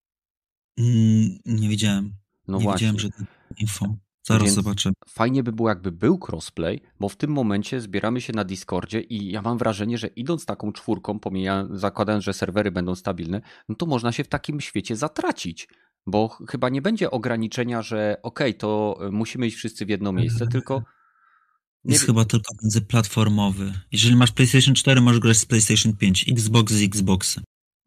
Nie widziałem.
No
nie
właśnie.
Widziałem, że to info. Zaraz zobaczę.
Fajnie by było, jakby był crossplay, bo w tym momencie zbieramy się na Discordzie i ja mam wrażenie, że idąc taką czwórką, zakładając, że serwery będą stabilne, no to można się w takim świecie zatracić. Bo chyba nie będzie ograniczenia, że to musimy iść wszyscy w jedno miejsce, tylko...
Jest chyba tylko międzyplatformowy. Jeżeli masz PlayStation 4, możesz grać z PlayStation 5, Xbox z Xboxem.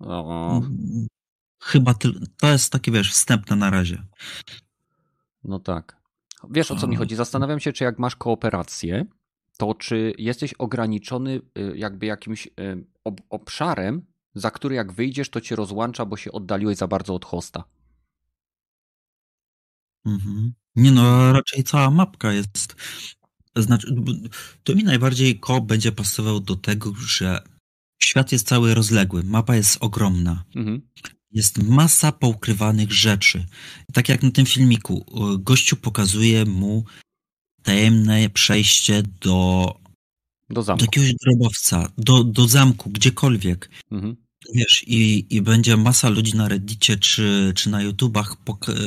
Chyba to jest takie, wiesz, wstępne na razie.
No tak. Wiesz, o co mi chodzi? Zastanawiam się, czy jak masz kooperację, to czy jesteś ograniczony jakby jakimś obszarem, za który jak wyjdziesz, to cię rozłącza, bo się oddaliłeś za bardzo od hosta.
Nie no, raczej cała mapka jest. Znaczy, to mi najbardziej koop będzie pasował do tego, że świat jest cały rozległy, mapa jest ogromna. jest masa poukrywanych rzeczy. Tak jak na tym filmiku, gościu pokazuje mu tajemne przejście do
zamku.
Do jakiegoś grobowca, do zamku, gdziekolwiek.
Mhm.
Wiesz, i będzie masa ludzi na Reddicie czy na YouTubach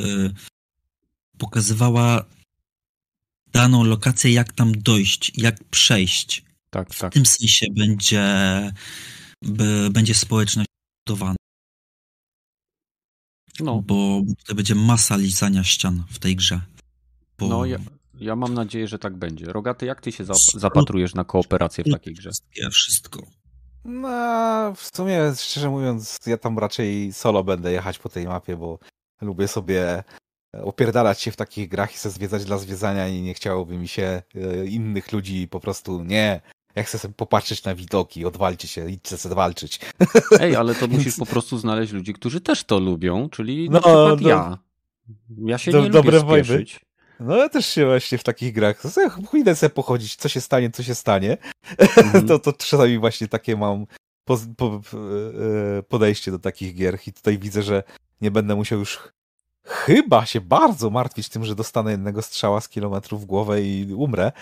pokazywała daną lokację, jak tam dojść, jak przejść.
Tak.
W tym sensie będzie społeczność budowana.
No.
Bo to będzie masa lizania ścian w tej grze.
No, ja mam nadzieję, że tak będzie. Rogaty, jak ty się zapatrujesz na kooperację w takiej grze?
Wszystko.
No, w sumie, szczerze mówiąc, ja tam raczej solo będę jechać po tej mapie, bo lubię sobie opierdalać się w takich grach i se zwiedzać dla zwiedzania i nie chciałoby mi się innych ludzi po prostu, nie, ja chcę sobie popatrzeć na widoki, odwalcie się, idźcie sobie walczyć.
Ej, ale to musisz po prostu znaleźć ludzi, którzy też to lubią, czyli na przykład ja. Ja się nie lubię spieszyć.
No ja też się właśnie w takich grach, idę sobie pochodzić, co się stanie, to czasami właśnie takie mam podejście do takich gier i tutaj widzę, że nie będę musiał już chyba się bardzo martwić tym, że dostanę jednego strzała z kilometrów w głowę i umrę.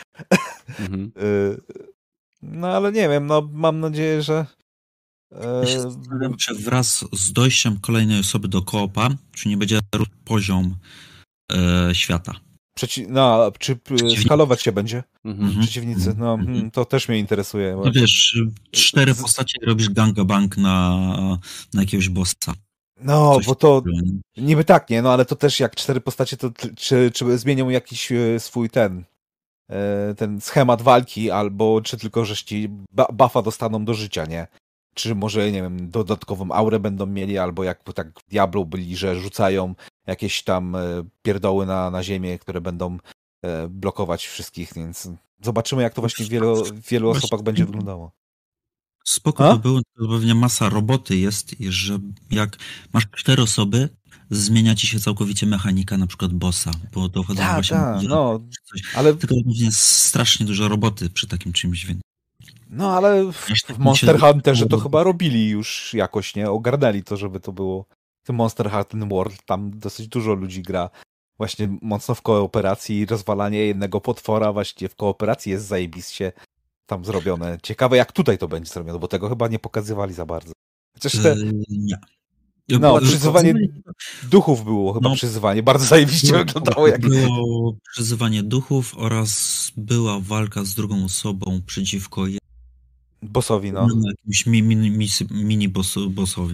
No ale nie wiem, no mam nadzieję, że
czy wraz z dojściem kolejnej osoby do koopa, czy nie będzie poziom świata?
Czy skalować się będzie? Przeciwnicy. No, to też mnie interesuje.
No wiesz, 4 postacie robisz gangbang na jakiegoś bossa.
No, coś bo to niby tak, nie? No ale to też jak 4 postacie, to czy zmienią jakiś swój ten schemat walki, albo czy tylko żeście buffa dostaną do życia, nie? Czy może, nie wiem, dodatkową aurę będą mieli, albo jak tak w Diablo byli, że rzucają jakieś tam pierdoły na ziemię, które będą blokować wszystkich, więc zobaczymy, jak to właśnie w wielu osobach będzie wyglądało.
Spoko to było, to pewnie masa roboty jest, że jak masz 4 osoby, zmienia ci się całkowicie mechanika na przykład bossa, bo to wchodzą właśnie coś. Ale tylko pewnie strasznie dużo roboty przy takim czymś, więc.
No, ale w Monster Hunterze to chyba robili już jakoś, nie? Ogarnęli to, żeby to było w tym Monster Hunter World, tam dosyć dużo ludzi gra właśnie mocno w kooperacji i rozwalanie jednego potwora właśnie w kooperacji jest zajebiście tam zrobione. Ciekawe, jak tutaj to będzie zrobione, bo tego chyba nie pokazywali za bardzo. Chociaż
nie.
No, przyzywanie duchów było chyba przyzywanie. Bardzo zajebiście wyglądało.
Było przyzywanie duchów oraz była walka z drugą osobą przeciwko
bossowi, no.
Jakimś mini bossowi.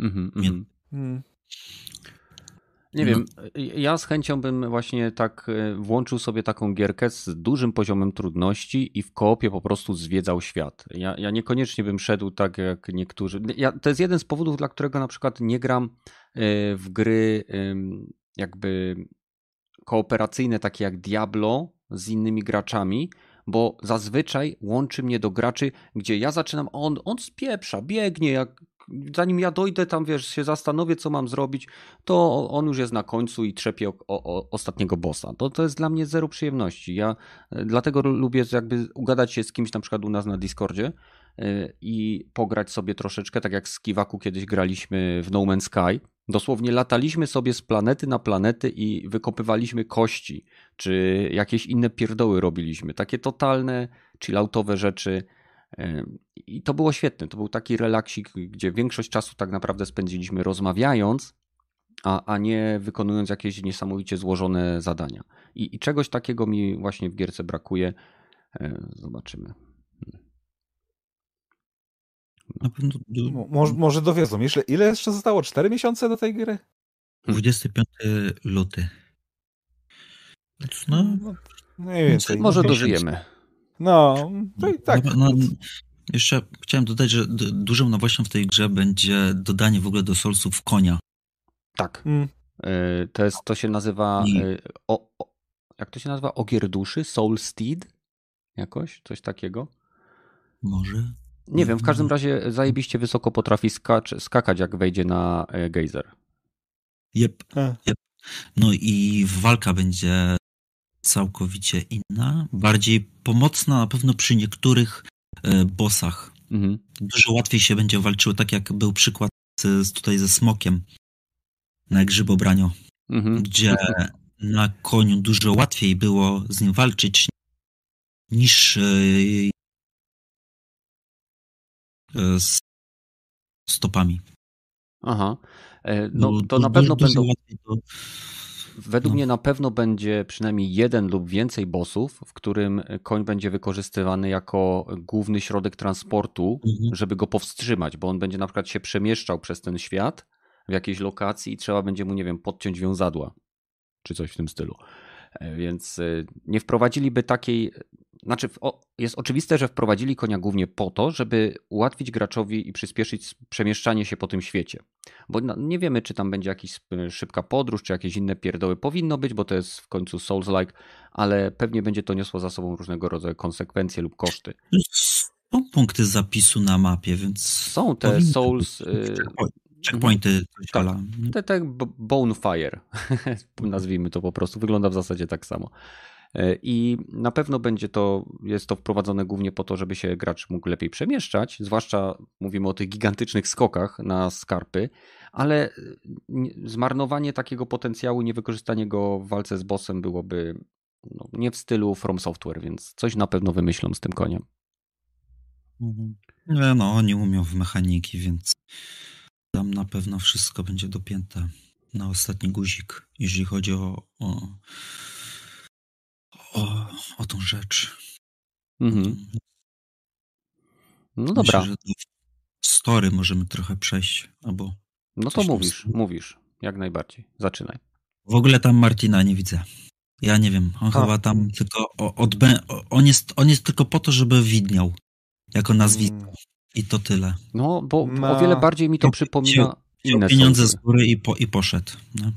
Nie wiem, ja z chęcią bym właśnie tak włączył sobie taką gierkę z dużym poziomem trudności i w koopie po prostu zwiedzał świat. Ja niekoniecznie bym szedł tak jak niektórzy. To jest jeden z powodów, dla którego na przykład nie gram w gry jakby kooperacyjne, takie jak Diablo z innymi graczami, bo zazwyczaj łączy mnie do graczy, gdzie ja zaczynam, on spieprza, biegnie, zanim ja dojdę tam, wiesz, się zastanowię, co mam zrobić, to on już jest na końcu i trzepie o ostatniego bossa. To jest dla mnie zero przyjemności. Ja dlatego lubię jakby ugadać się z kimś na przykład u nas na Discordzie i pograć sobie troszeczkę, tak jak z Kiwaku kiedyś graliśmy w No Man's Sky. Dosłownie lataliśmy sobie z planety na planety i wykopywaliśmy kości, czy jakieś inne pierdoły robiliśmy. Takie totalne, chilloutowe rzeczy. I to było świetne. To był taki relaksik, gdzie większość czasu tak naprawdę spędziliśmy rozmawiając, a nie wykonując jakieś niesamowicie złożone zadania. I czegoś takiego mi właśnie w gierce brakuje. Zobaczymy.
Na pewno
może dowiedzą. Ile jeszcze zostało? 4 miesiące do tej gry?
25 luty.
No mniej więcej.
Może dożyjemy.
No, to i tak.
Jeszcze chciałem dodać, że dużą nowością w tej grze będzie dodanie w ogóle do Soulsów konia.
Tak. To się nazywa jak to się nazywa? Ogier duszy? Soul Steed? Jakoś? Coś takiego?
Może?
Nie wiem, w każdym razie zajebiście wysoko potrafi skakać, jak wejdzie na gejzer.
Yep. No i walka będzie całkowicie inna, bardziej pomocna na pewno przy niektórych bossach. Dużo łatwiej się będzie walczyło, tak jak był przykład tutaj ze smokiem. na grzybobraniu, gdzie na koniu dużo łatwiej było z nim walczyć niż z stopami.
Aha. No to na pewno będą... Według mnie na pewno będzie przynajmniej jeden lub więcej bossów, w którym koń będzie wykorzystywany jako główny środek transportu, żeby go powstrzymać, bo on będzie na przykład się przemieszczał przez ten świat w jakiejś lokacji i trzeba będzie mu, nie wiem, podciąć wiązadła, czy coś w tym stylu. Więc nie wprowadziliby takiej... Znaczy, jest oczywiste, że wprowadzili konia głównie po to, żeby ułatwić graczowi i przyspieszyć przemieszczanie się po tym świecie. Bo nie wiemy, czy tam będzie jakaś szybka podróż, czy jakieś inne pierdoły. Powinno być, bo to jest w końcu Souls-like, ale pewnie będzie to niosło za sobą różnego rodzaju konsekwencje lub koszty.
Są punkty zapisu na mapie, więc...
Są te Souls...
Checkpointy.
Tak, Bonefire, nazwijmy to po prostu. Wygląda w zasadzie tak samo. I na pewno jest to wprowadzone głównie po to, żeby się gracz mógł lepiej przemieszczać, zwłaszcza mówimy o tych gigantycznych skokach na skarpy, ale zmarnowanie takiego potencjału, niewykorzystanie go w walce z bossem byłoby nie w stylu From Software, więc coś na pewno wymyślą z tym koniem.
No, oni umią w mechaniki, więc tam na pewno wszystko będzie dopięte na ostatni guzik, jeżeli chodzi o tą rzecz.
No dobra.
Myślę, że do story możemy trochę przejść, albo...
No to mówisz, jak najbardziej. Zaczynaj.
W ogóle tam Martina nie widzę. Ja nie wiem, on chyba tam tylko on jest tylko po to, żeby widniał jako nazwisko i to tyle.
No, bo o wiele bardziej mi to przypomina inne
pieniądze z góry i poszedł. No,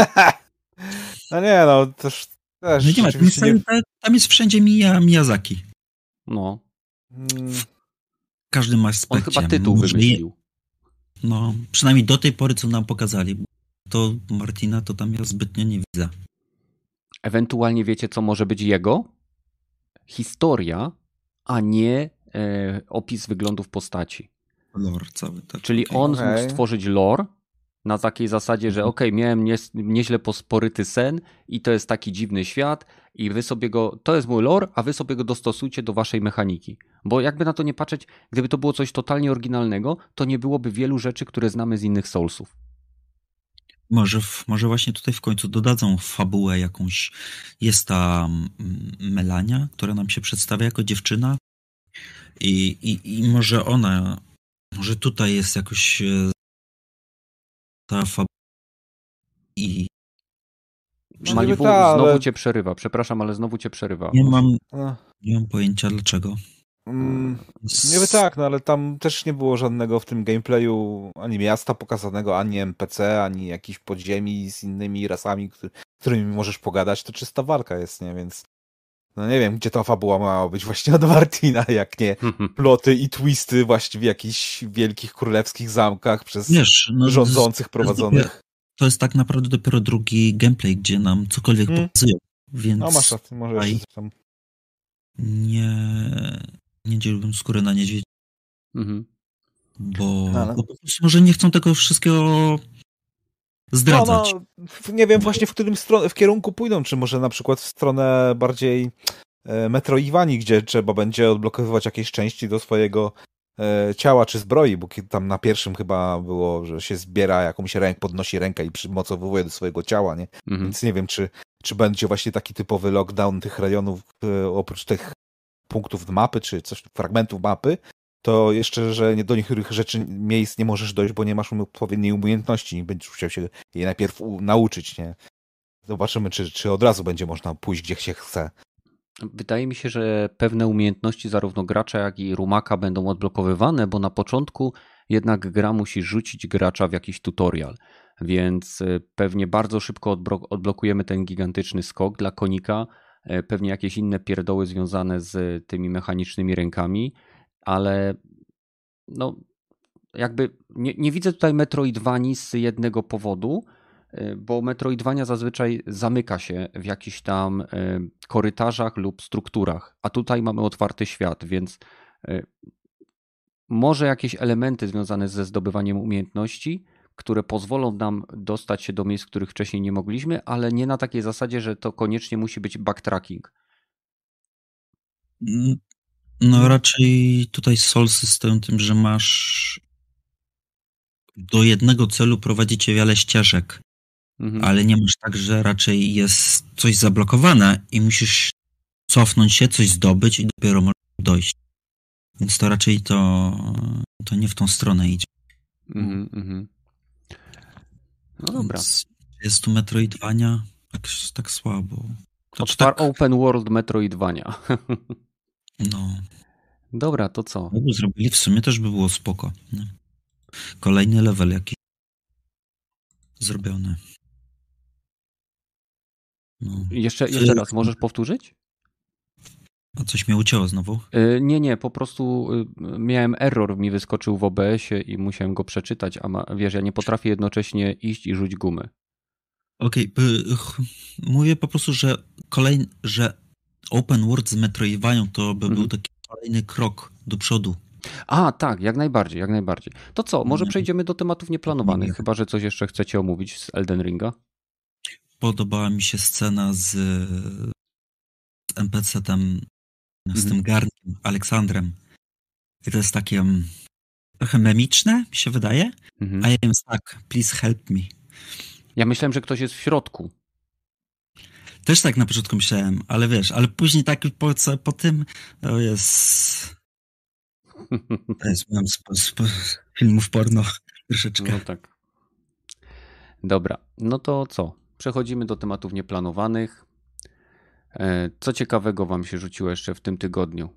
też
nie ma, tam jest wszędzie Miyazaki.
No.
W każdym aspekcie.
On chyba tytuł wymyślił.
No, przynajmniej do tej pory, co nam pokazali. To Martina to tam ja zbytnio nie widzę.
Ewentualnie wiecie, co może być jego? Historia, a nie opis wyglądów postaci.
Lore cały, tak.
Czyli on mógł stworzyć lore na takiej zasadzie, że miałem nieźle posporyty sen i to jest taki dziwny świat i wy sobie to jest mój lore, a wy sobie go dostosujcie do waszej mechaniki. Bo jakby na to nie patrzeć, gdyby to było coś totalnie oryginalnego, to nie byłoby wielu rzeczy, które znamy z innych Soulsów.
Może właśnie tutaj w końcu dodadzą fabułę jakąś. Jest ta Melania, która nam się przedstawia jako dziewczyna i może tutaj jest jakoś ta fabuła
Malibu, znowu cię przerywa. Przepraszam, ale znowu cię przerywa.
Nie mam pojęcia dlaczego.
Niby tak, ale tam też nie było żadnego w tym gameplayu ani miasta pokazanego, ani NPC, ani jakichś podziemi z innymi rasami, którymi możesz pogadać. To czysta walka jest, nie? Więc nie wiem, gdzie ta fabuła miała być właśnie od Martina, jak nie ploty i twisty właśnie w jakichś wielkich królewskich zamkach przez rządzących prowadzonych.
To jest tak naprawdę dopiero drugi gameplay, gdzie nam cokolwiek pokazują, więc...
No masz rację, może jeszcze tam...
Nie dzieliłbym skóry na niedźwiedzi. Bo po prostu może nie chcą tego wszystkiego zdradzać.
Nie wiem właśnie w którym w kierunku pójdą, czy może na przykład w stronę bardziej Metroidvanii, gdzie trzeba będzie odblokowywać jakieś części do swojego ciała czy zbroi, bo tam na pierwszym chyba było, że się zbiera jakąś podnosi rękę i przymocowuje do swojego ciała, nie? Więc nie wiem, czy będzie właśnie taki typowy lockdown tych rejonów, oprócz tych punktów mapy, czy coś, fragmentów mapy, to jeszcze, że do niektórych miejsc nie możesz dojść, bo nie masz odpowiedniej umiejętności i będziesz musiał się jej najpierw nauczyć, nie? Zobaczymy, czy od razu będzie można pójść, gdzie się chce.
Wydaje mi się, że pewne umiejętności zarówno gracza, jak i rumaka będą odblokowywane, bo na początku jednak gra musi rzucić gracza w jakiś tutorial, więc pewnie bardzo szybko odblokujemy ten gigantyczny skok dla konika, pewnie jakieś inne pierdoły związane z tymi mechanicznymi rękami, ale jakby nie widzę tutaj Metroidvanii z jednego powodu, bo Metroidvania zazwyczaj zamyka się w jakichś tam korytarzach lub strukturach, a tutaj mamy otwarty świat, więc może jakieś elementy związane ze zdobywaniem umiejętności, które pozwolą nam dostać się do miejsc, których wcześniej nie mogliśmy, ale nie na takiej zasadzie, że to koniecznie musi być backtracking.
No raczej tutaj Soul System tym, że masz do jednego celu prowadzi cię wiele ścieżek, ale nie masz tak, że raczej jest coś zablokowane i musisz cofnąć się, coś zdobyć i dopiero możesz dojść. Więc to raczej to nie w tą stronę idzie.
No dobra.
Więc jest tu Metroidvania tak słabo.
Open World Metroidvania.
No.
Dobra, to co?
No, zrobili w sumie też by było spoko. Nie? Kolejny level jakiś zrobiony. No.
Jeszcze raz, możesz powtórzyć?
A coś mnie ucięło znowu?
Nie, po prostu miałem error, mi wyskoczył w OBS-ie i musiałem go przeczytać, a wiesz, ja nie potrafię jednocześnie iść i rzuć gumy.
Okej, mówię po prostu, że Open World z Metroidvanią to by był taki kolejny krok do przodu.
A, tak, jak najbardziej. To co, może przejdziemy do tematów nieplanowanych, chyba że coś jeszcze chcecie omówić z Elden Ringa?
Podobała mi się scena z NPC-tem, z tym garnkiem, Aleksandrem. I to jest takie trochę memiczne, mi się wydaje. A ja wiem tak, please help me.
Ja myślałem, że ktoś jest w środku.
Też tak na początku myślałem, ale wiesz, ale później tak po tym to jest z filmów porno troszeczkę.
No tak. Dobra, no to co? Przechodzimy do tematów nieplanowanych. Co ciekawego wam się rzuciło jeszcze w tym tygodniu?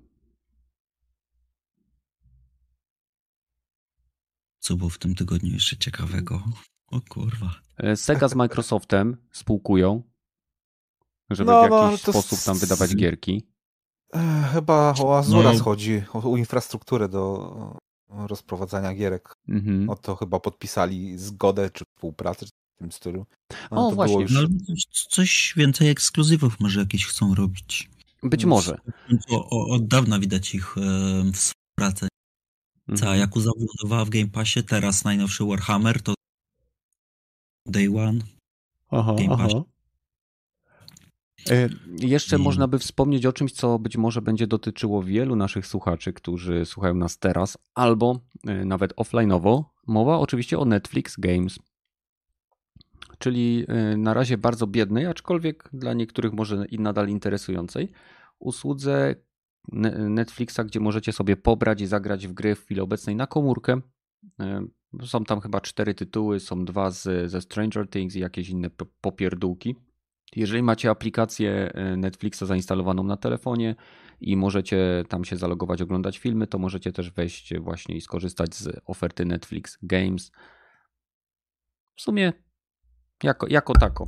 Co było w tym tygodniu jeszcze ciekawego? O kurwa.
Sega z Microsoftem spółkują, żeby w jakiś sposób tam wydawać gierki.
Chyba o Azura chodzi, o infrastrukturę do rozprowadzania gierek. O to chyba podpisali zgodę czy współpracę w tym stylu.
O, właśnie.
Już... No, coś więcej ekskluzywów może jakieś chcą robić.
Być może.
Od dawna widać ich współpracę. Cała Yakuza wylądowała w Game Passie, teraz najnowszy Warhammer to Day One. Game Pass.
Jeszcze można by wspomnieć o czymś, co być może będzie dotyczyło wielu naszych słuchaczy, którzy słuchają nas teraz, albo nawet offline'owo. Mowa oczywiście o Netflix Games. Czyli na razie bardzo biednej, aczkolwiek dla niektórych może i nadal interesującej usłudze Netflixa, gdzie możecie sobie pobrać i zagrać w gry w chwili obecnej na komórkę. Są tam chyba 4 tytuły, są 2 ze Stranger Things i jakieś inne popierdółki. Jeżeli macie aplikację Netflixa zainstalowaną na telefonie i możecie tam się zalogować, oglądać filmy, to możecie też wejść właśnie i skorzystać z oferty Netflix Games. W sumie jako tako.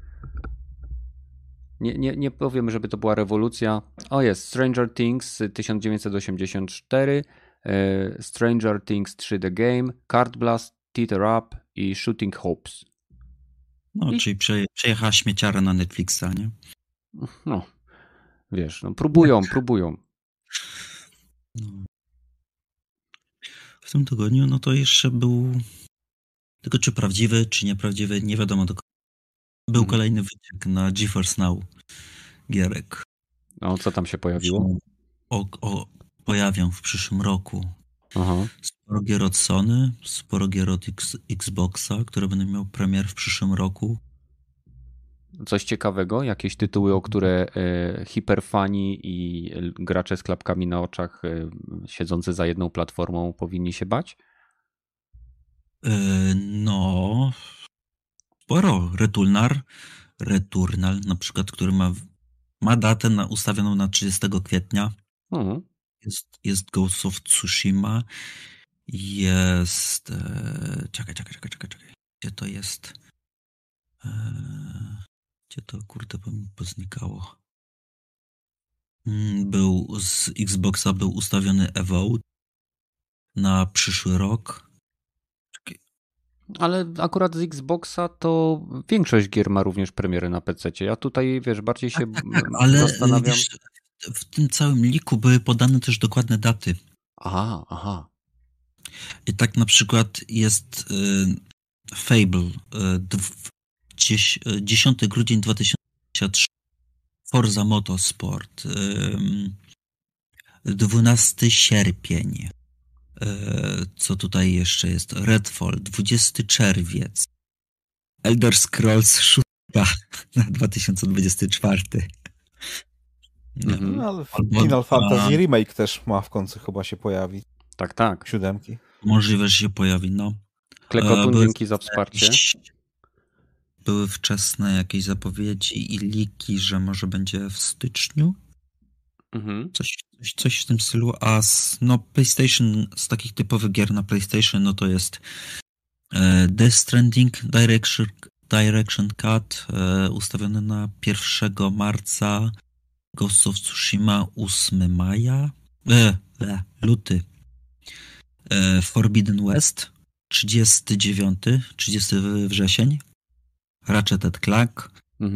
Nie powiem, żeby to była rewolucja. O jest, Stranger Things 1984, Stranger Things 3 The Game, Card Blast, Teeter Up i Shooting Hopes.
No, czyli przejechała śmieciara na Netflixa, nie?
No, wiesz, próbują.
No. W tym tygodniu, no to jeszcze był, tylko czy prawdziwy, czy nieprawdziwy, nie wiadomo do końca. Był kolejny wyciek na GeForce Now gierek.
A co tam się pojawiło?
Pojawią w przyszłym roku.
Aha.
Sporo gier od Sony, sporo gier od Xboxa, które będą miały premier w przyszłym roku.
Coś ciekawego? Jakieś tytuły, o które hiperfani i gracze z klapkami na oczach siedzący za jedną platformą powinni się bać?
No, sporo. Returnal na przykład, który ma datę ustawioną na 30 kwietnia. Jest Ghost of Tsushima. Jest... Czekaj. Gdzie to jest? Gdzie to, kurde, poznikało? Z Xboxa był ustawiony Evoke na przyszły rok.
Ale akurat z Xboxa to większość gier ma również premierę na PC-cie. Ja tutaj, wiesz, bardziej się
ale
zastanawiam.
Wiesz, w tym całym liku były podane też dokładne daty.
Aha.
I tak na przykład jest Fable, 10 grudzień 2023, Forza Motorsport, 12 sierpień, co tutaj jeszcze jest, Redfall, 20 czerwiec, Elder Scrolls 6 na 2024.
No, ale Final Fantasy Remake też ma w końcu chyba się pojawić.
Tak.
7.
Możliwe, że się pojawi, no.
Klekotun, dzięki za wsparcie.
Były wczesne jakieś zapowiedzi i liki, że może będzie w styczniu. Coś w tym stylu. A PlayStation, z takich typowych gier na PlayStation, no to jest Death Stranding Direction Cut ustawiony na 1 marca, Ghost of Tsushima 8 maja, luty, Forbidden West 30 wrzesień, Ratchet & Clank,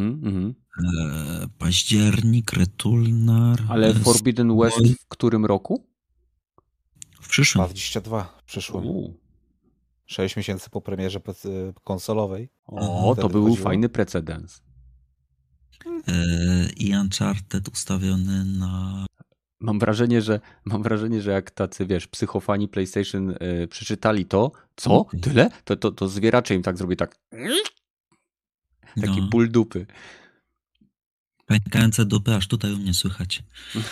październik, Returnal.
Ale Forbidden West w którym roku?
W przyszłym.
22 w przyszłym. 6 miesięcy po premierze konsolowej.
To był fajny precedens.
I Uncharted ustawiony na...
Mam wrażenie, że jak tacy, psychofani PlayStation przeczytali to, co? Tyle? To zwieracze im tak zrobi, tak. Taki ból dupy.
Pękające dupy, aż tutaj u mnie słychać.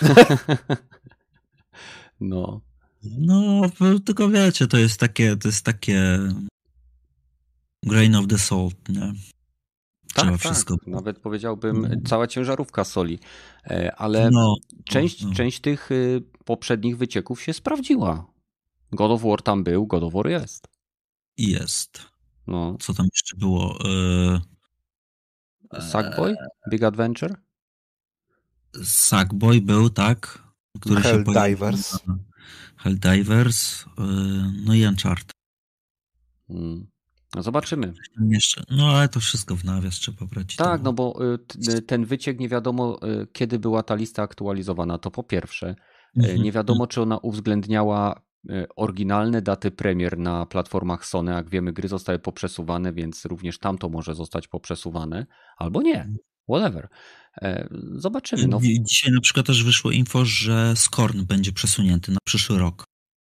No,
tylko wiecie, to jest takie grain of the salt, nie?
Tak, wszystko. Nawet powiedziałbym cała ciężarówka soli. Ale część tych poprzednich wycieków się sprawdziła. God of War tam był, God of War jest.
Jest.
No.
Co tam jeszcze było?
Sackboy? Big Adventure?
Sackboy był, tak.
Helldivers.
Helldivers, no i Uncharted.
No zobaczymy.
Ale to wszystko w nawias trzeba brać.
Tak, no bo ten wyciek nie wiadomo, kiedy była ta lista aktualizowana. To po pierwsze. Nie wiadomo, czy ona uwzględniała oryginalne daty premier na platformach Sony. Jak wiemy, gry zostały poprzesuwane, więc również tamto może zostać poprzesuwane. Albo nie. Whatever. Zobaczymy. No.
Dzisiaj na przykład też wyszło info, że Scorn będzie przesunięty na przyszły rok.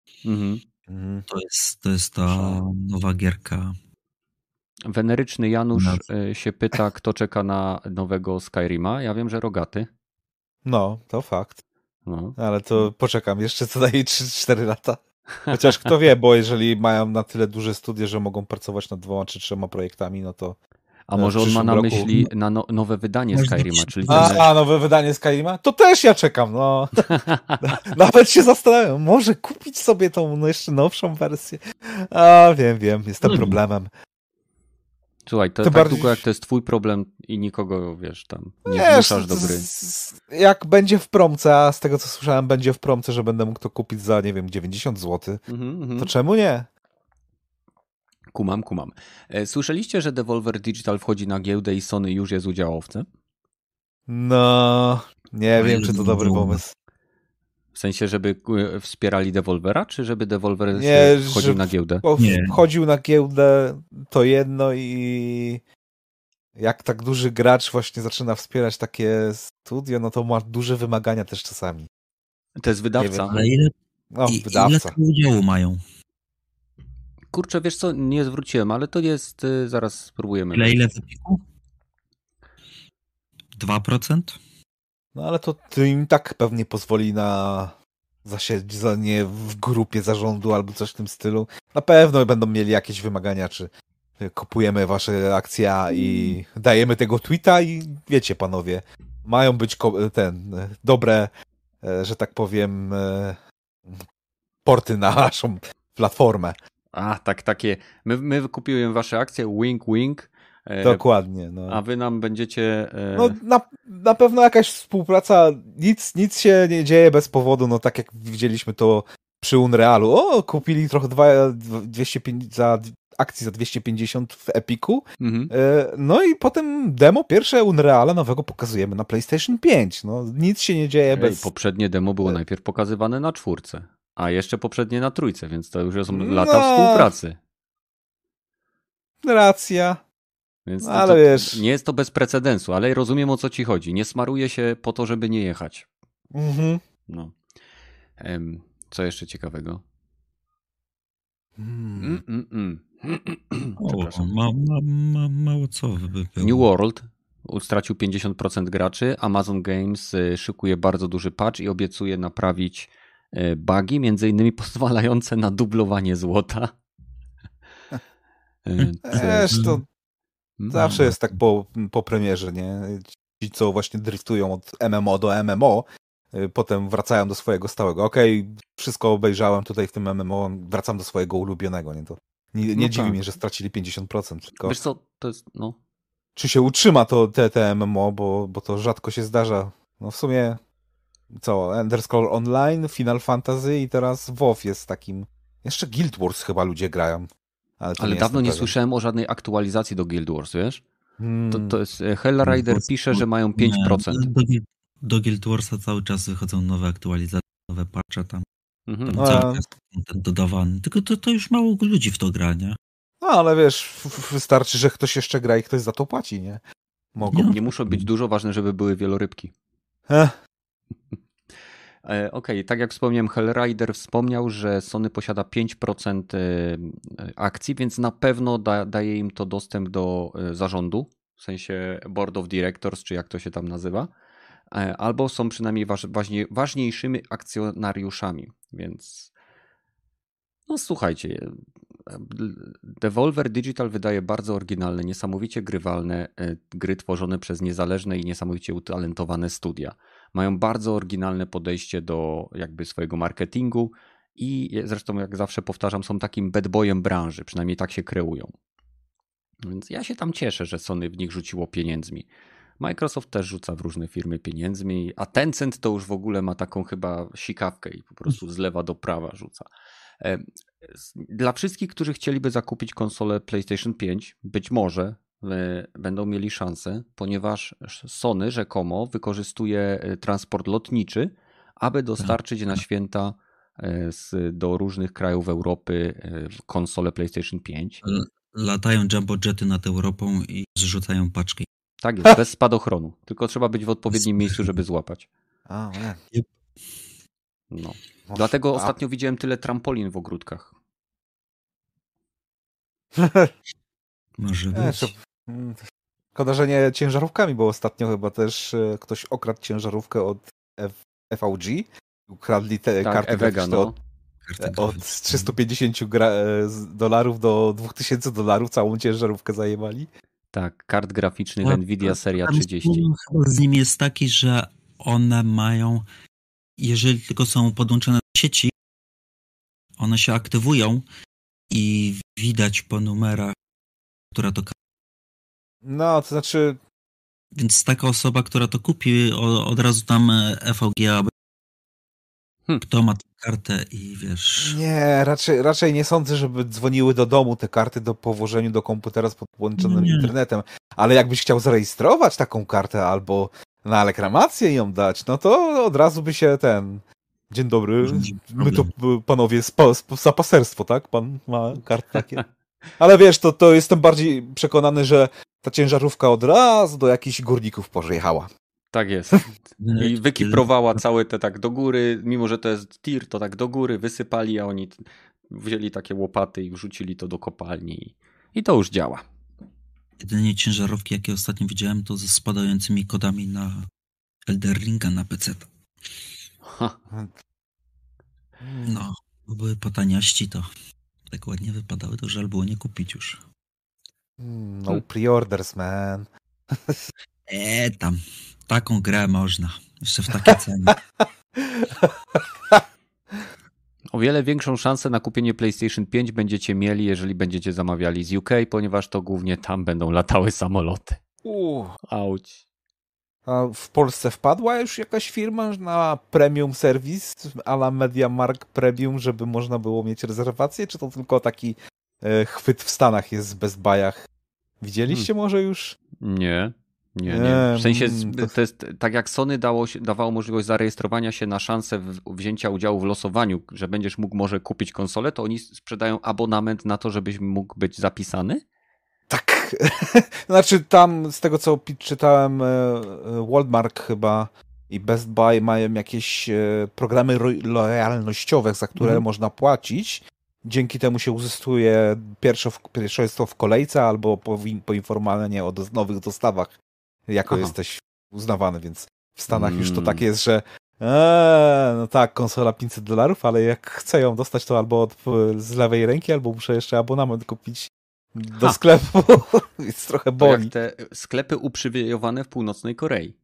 To jest ta nowa gierka.
Weneryczny Janusz się pyta, kto czeka na nowego Skyrima. Ja wiem, że Rogaty.
No, to fakt. No. Ale to poczekam jeszcze co najmniej 3-4 lata. Chociaż kto wie, bo jeżeli mają na tyle duże studia, że mogą pracować nad 2 czy 3 projektami, no to...
A może on ma na myśli na nowe wydanie Skyrima, czyli...
nowe wydanie Skyrima? To też ja czekam, no. Nawet się zastanawiam, może kupić sobie tą jeszcze nowszą wersję. Wiem, jestem problemem.
Słuchaj, to tak długo jak to jest twój problem i nikogo, tam nie zmuszasz do gry.
Jak będzie w promce, a z tego co słyszałem, będzie w promce, że będę mógł to kupić za, 90 zł, to czemu nie?
Kumam. Słyszeliście, że Devolver Digital wchodzi na giełdę i Sony już jest udziałowcem?
No, nie wiem, czy to dobry pomysł.
W sensie, żeby wspierali Devolvera, czy żeby Devolver wchodził na giełdę?
Wchodził na giełdę, to jedno i jak tak duży gracz właśnie zaczyna wspierać takie studio, no to ma duże wymagania też czasami.
To jest wydawca.
Ale wydawca. Ile tego udziału mają?
Kurczę, wiesz co, nie zwróciłem, ale to jest, zaraz spróbujemy.
Ile w Epiku? 2%?
No ale to im tak pewnie pozwoli na zasiedzenie w grupie zarządu albo coś w tym stylu. Na pewno będą mieli jakieś wymagania, czy kupujemy wasze akcje i dajemy tego tweeta i wiecie panowie, mają być dobre, że tak powiem, porty na naszą platformę.
Takie. My wykupujemy wasze akcje, wink, wink.
Dokładnie. No.
A wy nam będziecie...
No na pewno jakaś współpraca, nic się nie dzieje bez powodu, no tak jak widzieliśmy to przy Unrealu. Kupili trochę 250 za akcji za 250 w Epiku. No i potem demo pierwsze Unreala nowego pokazujemy na PlayStation 5. No nic się nie dzieje bez...
Poprzednie demo było najpierw pokazywane na 4, a jeszcze poprzednie na 3, więc to już są lata współpracy.
Racja.
Więc
ale wiesz...
Nie jest to bez precedensu, ale rozumiem, o co ci chodzi. Nie smaruje się po to, żeby nie jechać.
Mhm.
No. Co jeszcze ciekawego?
Przepraszam. Mało co by było.
New World stracił 50% graczy. Amazon Games szykuje bardzo duży patch i obiecuje naprawić bugi, między innymi pozwalające na dublowanie złota.
Wiesz, to zawsze jest tak po premierze, nie? Ci, co właśnie driftują od MMO do MMO, potem wracają do swojego stałego. Okej, wszystko obejrzałem tutaj w tym MMO, wracam do swojego ulubionego, nie? To nie dziwi mnie, że stracili 50%. Tylko
wiesz co, to jest,
czy się utrzyma to te MMO, bo to rzadko się zdarza. No w sumie co, Elder Scrolls Online, Final Fantasy i teraz WoW jest takim... Jeszcze Guild Wars chyba ludzie grają. Ale
dawno nie słyszałem o żadnej aktualizacji do Guild Wars, wiesz? To jest... Hellrider pisze, że mają 5%.
Do Guild Warsa cały czas wychodzą nowe aktualizacje, nowe patche tam.
Mhm.
Cały czas ten dodawany. Tylko to już mało ludzi w to gra, nie?
No ale wiesz, wystarczy, że ktoś jeszcze gra i ktoś za to płaci, nie?
Nie muszą być dużo, ważne, żeby były wielorybki. Okej, tak jak wspomniałem, Hellrider wspomniał, że Sony posiada 5% akcji, więc na pewno daje im to dostęp do zarządu, w sensie Board of Directors, czy jak to się tam nazywa, albo są przynajmniej ważniejszymi akcjonariuszami, więc no słuchajcie, Devolver Digital wydaje bardzo oryginalne, niesamowicie grywalne gry tworzone przez niezależne i niesamowicie utalentowane studia. Mają bardzo oryginalne podejście do jakby swojego marketingu i zresztą jak zawsze powtarzam, są takim bad boyem branży, przynajmniej tak się kreują. Więc ja się tam cieszę, że Sony w nich rzuciło pieniędzmi. Microsoft też rzuca w różne firmy pieniędzmi, a Tencent to już w ogóle ma taką chyba sikawkę i po prostu z lewa do prawa rzuca. Dla wszystkich, którzy chcieliby zakupić konsolę PlayStation 5, być może będą mieli szansę, ponieważ Sony rzekomo wykorzystuje transport lotniczy, aby dostarczyć na święta do różnych krajów Europy konsole PlayStation 5.
Latają jumbo jety nad Europą i zrzucają paczki.
Tak jest, bez spadochronu. Tylko trzeba być w odpowiednim miejscu, żeby złapać. No. Dlatego ostatnio widziałem tyle trampolin w ogródkach.
Może być.
Szkoda, że nie ciężarówkami, bo ostatnio chyba też ktoś okradł ciężarówkę od FVG. Ukradli te karty graficzne od $350 do $2000, całą ciężarówkę zajebali.
Tak, kart graficznych Nvidia Seria 30.
Chyba z nimi jest taki, że one mają, jeżeli tylko są podłączone do sieci, one się aktywują i widać po numerach, która to...
No, to znaczy...
Więc taka osoba, która to kupi, od razu tam FVG, kto ma tę kartę i wiesz...
Nie, raczej nie sądzę, żeby dzwoniły do domu te karty po włożeniu do komputera z podłączonym internetem. Ale jakbyś chciał zarejestrować taką kartę albo na reklamację ją dać, no to od razu by się Dzień dobry, my to panowie zapaserstwo, tak? Pan ma karty takie. Ale wiesz, to jestem bardziej przekonany, że ta ciężarówka od razu do jakichś górników pojechała.
Tak jest. I wykiprowała całe te tak do góry, mimo że to jest tir, to tak do góry wysypali, a oni wzięli takie łopaty i wrzucili to do kopalni i to już działa.
Jedynie ciężarówki, jakie ostatnio widziałem, to ze spadającymi kodami na Elden Ringa na PC. No, były po taniości, to tak ładnie wypadały, to żal było nie kupić już.
No pre-orders, man.
Tam. Taką grę można. Jeszcze w takie ceny.
O wiele większą szansę na kupienie PlayStation 5 będziecie mieli, jeżeli będziecie zamawiali z UK, ponieważ to głównie tam będą latały samoloty. Auć.
A w Polsce wpadła już jakaś firma na premium serwis a la MediaMarkt Premium, żeby można było mieć rezerwację? Czy to tylko taki chwyt w Stanach jest w Best Buy'ach? Widzieliście może już?
Nie. W sensie to jest tak jak Sony dawało możliwość zarejestrowania się na szansę wzięcia udziału w losowaniu, że będziesz mógł może kupić konsolę, to oni sprzedają abonament na to, żebyś mógł być zapisany?
Tak. Znaczy tam, z tego co czytałem, Walmart chyba i Best Buy mają jakieś programy lojalnościowe, za które można płacić. Dzięki temu się uzyskuje pierwszeństwo w kolejce albo poinformowanie o nowych dostawach, jako jesteś uznawany, więc w Stanach już to tak jest, że no tak, konsola $500, ale jak chcę ją dostać, to albo z lewej ręki, albo muszę jeszcze abonament kupić do sklepu, więc trochę boli.
To jak te sklepy uprzywilejowane w północnej Korei.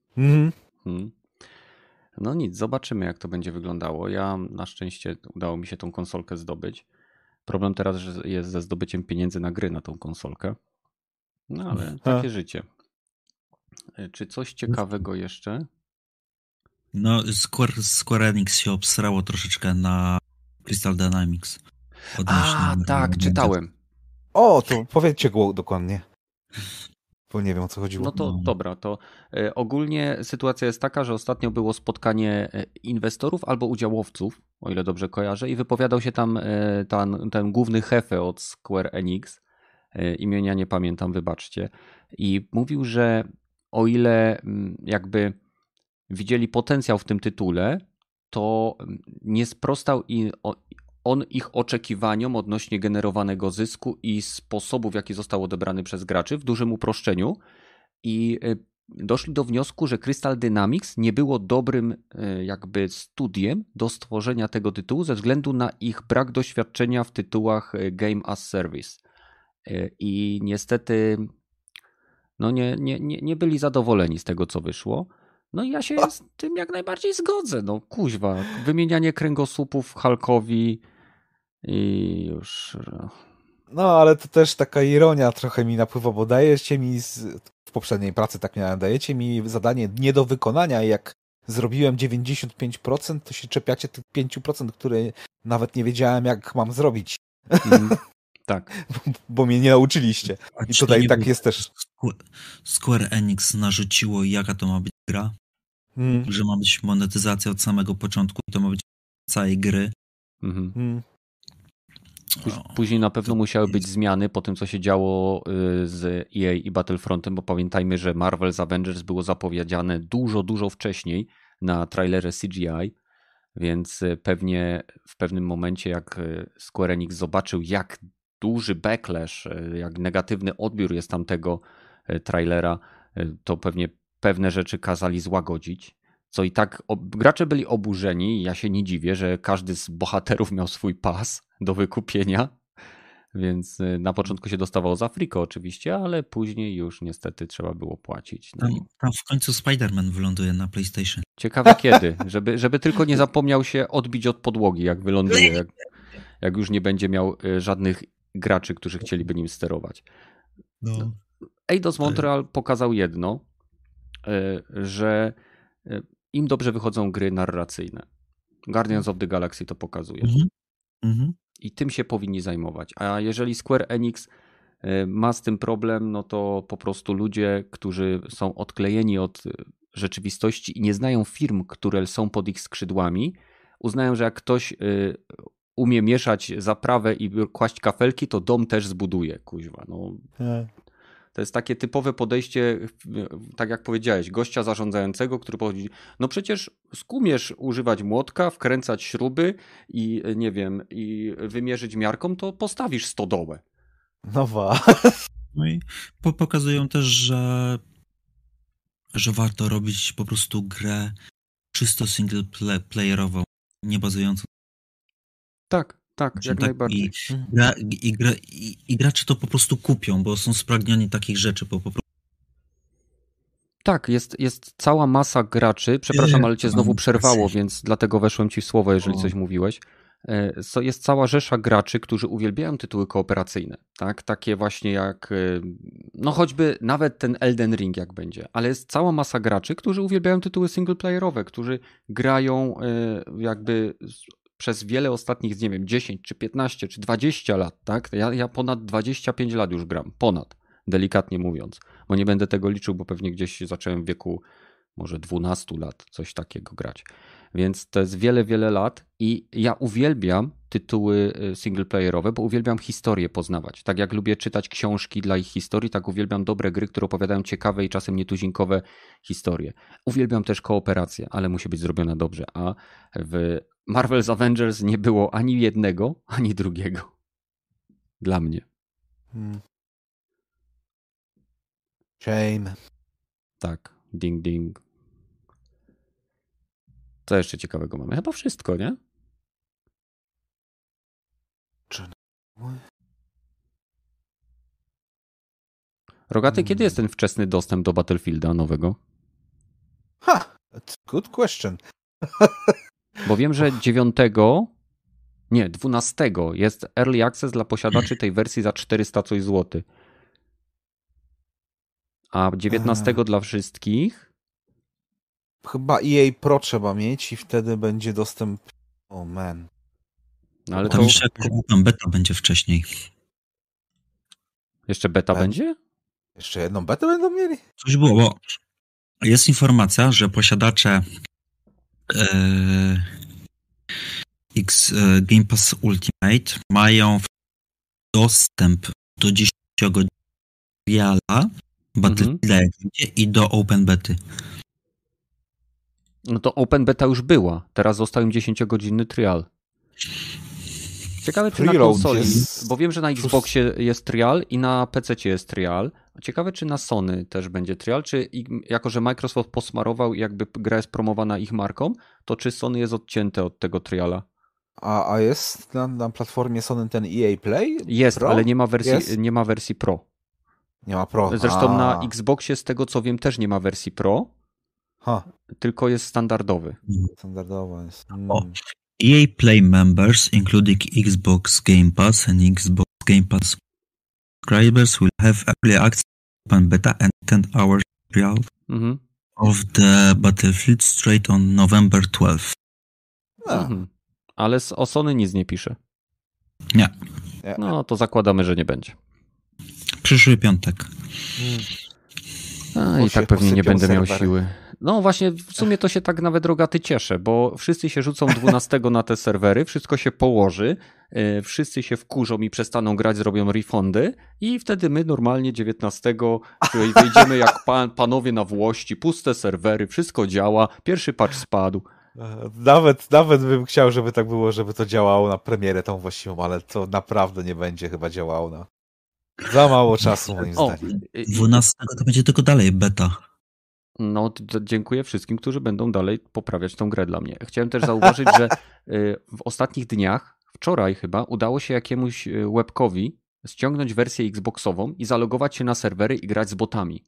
No nic, zobaczymy jak to będzie wyglądało. Ja na szczęście udało mi się tą konsolkę zdobyć. Problem teraz jest ze zdobyciem pieniędzy na gry na tą konsolkę. No ale takie życie. Czy coś ciekawego jeszcze?
No Square Enix się obsrało troszeczkę na Crystal Dynamics.
Tak, czytałem.
O, to powiedzcie go dokładnie. Bo nie wiem, o co chodziło.
No to dobra, to ogólnie sytuacja jest taka, że ostatnio było spotkanie inwestorów albo udziałowców, o ile dobrze kojarzę, i wypowiadał się tam ten główny hefe od Square Enix, imienia nie pamiętam, wybaczcie, i mówił, że o ile jakby widzieli potencjał w tym tytule, to nie sprostał on ich oczekiwaniom odnośnie generowanego zysku i sposobu, w jaki został odebrany przez graczy, w dużym uproszczeniu, i doszli do wniosku, że Crystal Dynamics nie było dobrym jakby studiem do stworzenia tego tytułu ze względu na ich brak doświadczenia w tytułach Game as Service. I niestety no nie byli zadowoleni z tego, co wyszło. No i ja się z tym jak najbardziej zgodzę. No kuźwa, wymienianie kręgosłupów Hulkowi i już...
No, ale to też taka ironia trochę mi napływa, bo dajecie mi w poprzedniej pracy tak miałem, dajecie mi zadanie nie do wykonania i jak zrobiłem 95%, to się czepiacie tych 5%, które nawet nie wiedziałem, jak mam zrobić.
Tak.
Bo mnie nie nauczyliście. I tutaj tak jest też.
Square Enix narzuciło, jaka to ma być gra. Że ma być monetyzacja od samego początku i to ma być całej gry.
Później na pewno musiały być zmiany po tym, co się działo z EA i Battlefrontem, bo pamiętajmy, że Marvel's Avengers było zapowiedziane dużo wcześniej na trailerze CGI, więc pewnie w pewnym momencie, jak Square Enix zobaczył, jak duży backlash, jak negatywny odbiór jest tamtego trailera, to pewnie pewne rzeczy kazali złagodzić. Co i tak gracze byli oburzeni. Ja się nie dziwię, że każdy z bohaterów miał swój pas do wykupienia, więc na początku się dostawało za friko oczywiście, ale później już niestety trzeba było płacić. No
tam w końcu Spider-Man wyląduje na PlayStation.
Ciekawe kiedy, żeby tylko nie zapomniał się odbić od podłogi, jak wyląduje, jak już nie będzie miał żadnych graczy, którzy chcieliby nim sterować. Eidos Montreal pokazał jedno, że im dobrze wychodzą gry narracyjne. Guardians of the Galaxy to pokazuje. I tym się powinni zajmować. A jeżeli Square Enix ma z tym problem, no to po prostu ludzie, którzy są odklejeni od rzeczywistości i nie znają firm, które są pod ich skrzydłami, uznają, że jak ktoś umie mieszać zaprawę i kłaść kafelki, to dom też zbuduje, kuźwa. No. To jest takie typowe podejście, tak jak powiedziałeś, gościa zarządzającego, który powie, no przecież skumiesz używać młotka, wkręcać śruby i nie wiem, i wymierzyć miarką, to postawisz stodołę.
No i pokazują też, że warto robić po prostu grę czysto single playerową, nie bazującą.
Tak, jak najbardziej.
I gracze to po prostu kupią, bo są spragnioni takich rzeczy, po prostu.
Tak, jest cała masa graczy, przepraszam, ale cię znowu przerwało, więc dlatego weszłem ci w słowo, jeżeli coś mówiłeś. Jest cała rzesza graczy, którzy uwielbiają tytuły kooperacyjne, tak? Takie właśnie jak, no choćby nawet ten Elden Ring jak będzie, ale jest cała masa graczy, którzy uwielbiają tytuły singleplayerowe, którzy grają jakby przez wiele ostatnich, nie wiem, 10 czy 15 czy 20 lat, tak? Ja ponad 25 lat już gram, delikatnie mówiąc, bo nie będę tego liczył, bo pewnie gdzieś zacząłem w wieku może 12 lat, coś takiego grać. Więc to jest wiele, wiele lat i ja uwielbiam tytuły singleplayerowe, bo uwielbiam historię poznawać. Tak jak lubię czytać książki dla ich historii, tak uwielbiam dobre gry, które opowiadają ciekawe i czasem nietuzinkowe historie. Uwielbiam też kooperację, ale musi być zrobiona dobrze, a w Marvel's Avengers nie było ani jednego, ani drugiego. Dla mnie.
Shame.
Tak, ding ding. Co jeszcze ciekawego mamy? Chyba wszystko, nie? Rogaty, kiedy jest ten wczesny dostęp do Battlefielda nowego?
That's a good question.
Bo wiem, że 12 jest Early Access dla posiadaczy tej wersji za 400 coś złotych. A 19 dla wszystkich?
Chyba EA Pro trzeba mieć i wtedy będzie dostęp... man.
Ale
tam jeszcze beta będzie wcześniej.
Jeszcze beta będzie?
Jeszcze jedną betę będą mieli?
Coś było, bo jest informacja, że posiadacze Game Pass Ultimate mają dostęp do 10 godzin triala Battlefielda i do Open Bety.
No to Open Beta już była. Teraz został im 10-godzinny trial. Ciekawe, czy na konsoli, bo wiem, że na Xboxie jest trial i na PC-cie jest trial. Ciekawe, czy na Sony też będzie trial, czy jako, że Microsoft posmarował i jakby gra jest promowana ich marką, to czy Sony jest odcięte od tego triala?
A jest na platformie Sony ten EA Play?
Jest,
Pro?
ale nie ma wersji Pro.
Nie ma Pro.
Zresztą na Xboxie, z tego co wiem, też nie ma wersji Pro, tylko jest standardowy.
Standardowo jest.
EA Play members, including Xbox Game Pass and Xbox Game Pass subscribers, will have early access to Open Beta and 10-hour trial of the Battlefield straight on November 12.
Ale o Sony nic nie pisze.
Nie.
No to zakładamy, że nie będzie.
Przyszły piątek.
I tak pewnie nie będę miał siły. No właśnie, w sumie to się tak nawet Rogaty cieszę, bo wszyscy się rzucą 12 na te serwery, wszystko się położy, wszyscy się wkurzą i przestaną grać, zrobią refundy i wtedy my normalnie 19 wejdziemy jak panowie na Włości, puste serwery, wszystko działa, pierwszy patch spadł.
Nawet bym chciał, żeby tak było, żeby to działało na premierę tą właściwą, ale to naprawdę nie będzie chyba działało na za mało czasu moim zdaniem.
12 to będzie tylko dalej beta.
No, dziękuję wszystkim, którzy będą dalej poprawiać tą grę dla mnie. Chciałem też zauważyć, że w ostatnich dniach, wczoraj chyba, udało się jakiemuś łebkowi ściągnąć wersję Xboxową i zalogować się na serwery i grać z botami.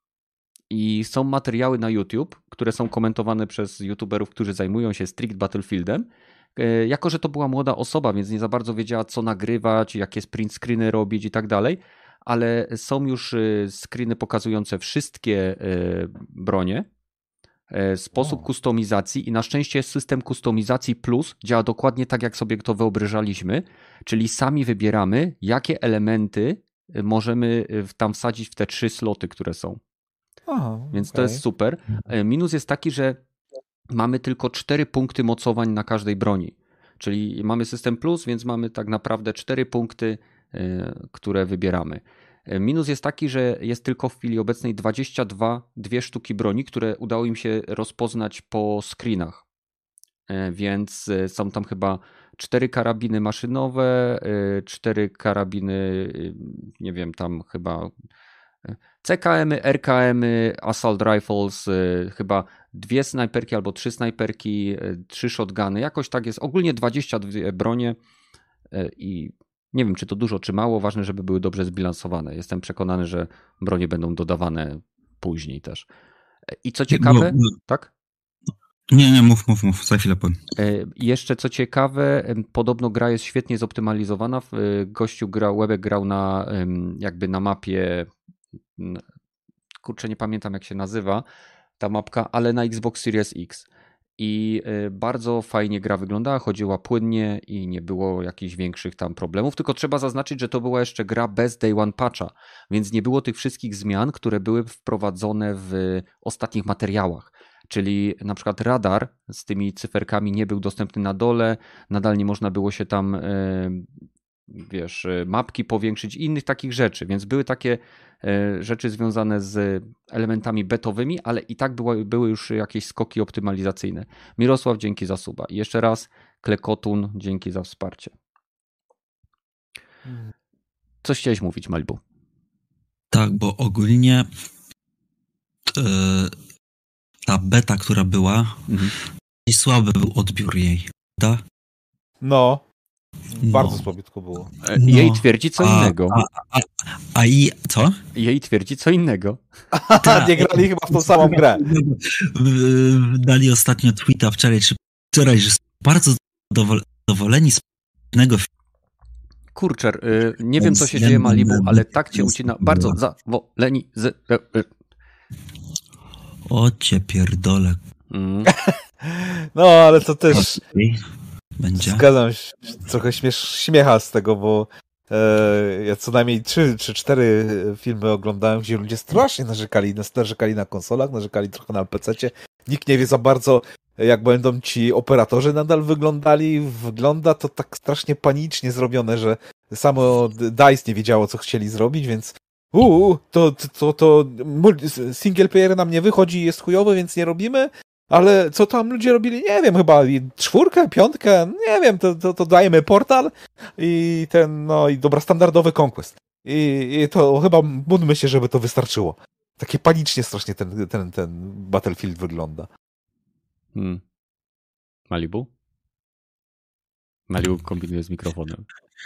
I są materiały na YouTube, które są komentowane przez youtuberów, którzy zajmują się strict Battlefieldem. Jako że to była młoda osoba, więc nie za bardzo wiedziała, co nagrywać, jakie print screeny robić i tak dalej, ale są już screeny pokazujące wszystkie bronie, sposób kustomizacji i na szczęście system kustomizacji plus działa dokładnie tak, jak sobie to wyobrażaliśmy, czyli sami wybieramy, jakie elementy możemy tam wsadzić w te 3 sloty, które są. Więc to jest super. Minus jest taki, że mamy tylko 4 punkty mocowań na każdej broni. Czyli mamy system plus, więc mamy tak naprawdę 4 punkty, które wybieramy. Minus jest taki, że jest tylko w chwili obecnej 22 sztuki broni, które udało im się rozpoznać po screenach. Więc są tam chyba 4 karabiny maszynowe, 4 karabiny, nie wiem, tam chyba CKM-y, RKM-y, Assault Rifles, chyba 2 snajperki albo 3 snajperki, 3 shotguny, jakoś tak jest. Ogólnie 22 bronie i nie wiem, czy to dużo, czy mało. Ważne, żeby były dobrze zbilansowane. Jestem przekonany, że bronie będą dodawane później też. I co ciekawe... Tak?
Nie, mów, za chwilę powiem.
Jeszcze co ciekawe, podobno gra jest świetnie zoptymalizowana. Gościu Łebek grał na jakby na mapie, kurczę, nie pamiętam jak się nazywa ta mapka, ale na Xbox Series X. i bardzo fajnie gra wyglądała, chodziła płynnie i nie było jakichś większych tam problemów, tylko trzeba zaznaczyć, że to była jeszcze gra bez Day One Patcha, więc nie było tych wszystkich zmian, które były wprowadzone w ostatnich materiałach. Czyli na przykład radar z tymi cyferkami nie był dostępny na dole, nadal nie można było się tam mapki powiększyć i innych takich rzeczy, więc były takie rzeczy związane z elementami betowymi, ale i tak były już jakieś skoki optymalizacyjne. Mirosław, dzięki za suba. I jeszcze raz Klekotun, dzięki za wsparcie. Coś chciałeś mówić, Malibu?
Tak, bo ogólnie ta beta, która była, i słaby był odbiór jej, tak?
No, bardzo słabiutko było.
Jej twierdzi co innego.
Co?
Jej twierdzi co innego.
Nie grali chyba w tą samą grę.
Dali ostatnio tweeta wczoraj, że są bardzo zadowoleni z pewnego.
Kurczę, nie wiem co się dzieje, Malibu, ale tak cię ucina. Bardzo zadowoleni z...
O cię pierdolę.
No, ale to też...
Będzie.
Zgadzam się. Trochę śmiecha z tego, bo ja co najmniej 3 czy 4 filmy oglądałem, gdzie ludzie strasznie narzekali na konsolach, narzekali trochę na PC-cie. Nikt nie wie za bardzo, jak będą ci operatorzy nadal wyglądali. Wygląda to tak strasznie panicznie zrobione, że samo DICE nie wiedziało, co chcieli zrobić, więc to single player nam nie wychodzi i jest chujowy, więc nie robimy. Ale co tam ludzie robili? Nie wiem, chyba 4, 5, nie wiem, to dajemy Portal i i dobra, standardowy Conquest. I to chyba módlmy się, żeby to wystarczyło. Takie panicznie strasznie ten Battlefield wygląda.
Malibu? Malibu kombinuje z mikrofonem.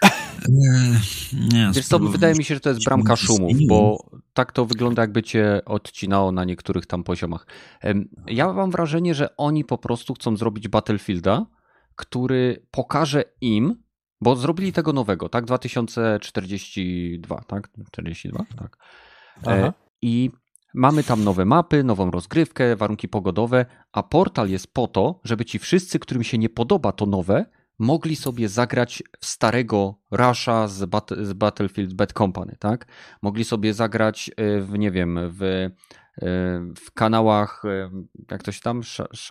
Nie,
wiesz co, wydaje mi się, że to jest bramka szumów, bo tak to wygląda, jakby cię odcinało na niektórych tam poziomach. Ja mam wrażenie, że oni po prostu chcą zrobić Battlefielda, który pokaże im, bo zrobili tego nowego, tak? 2042, tak? 42? Tak. I mamy tam nowe mapy, nową rozgrywkę, warunki pogodowe, a Portal jest po to, żeby ci wszyscy, którym się nie podoba to nowe, mogli sobie zagrać w starego Rusha z Battlefield Bad Company, tak? Mogli sobie zagrać w kanałach, jak to się tam,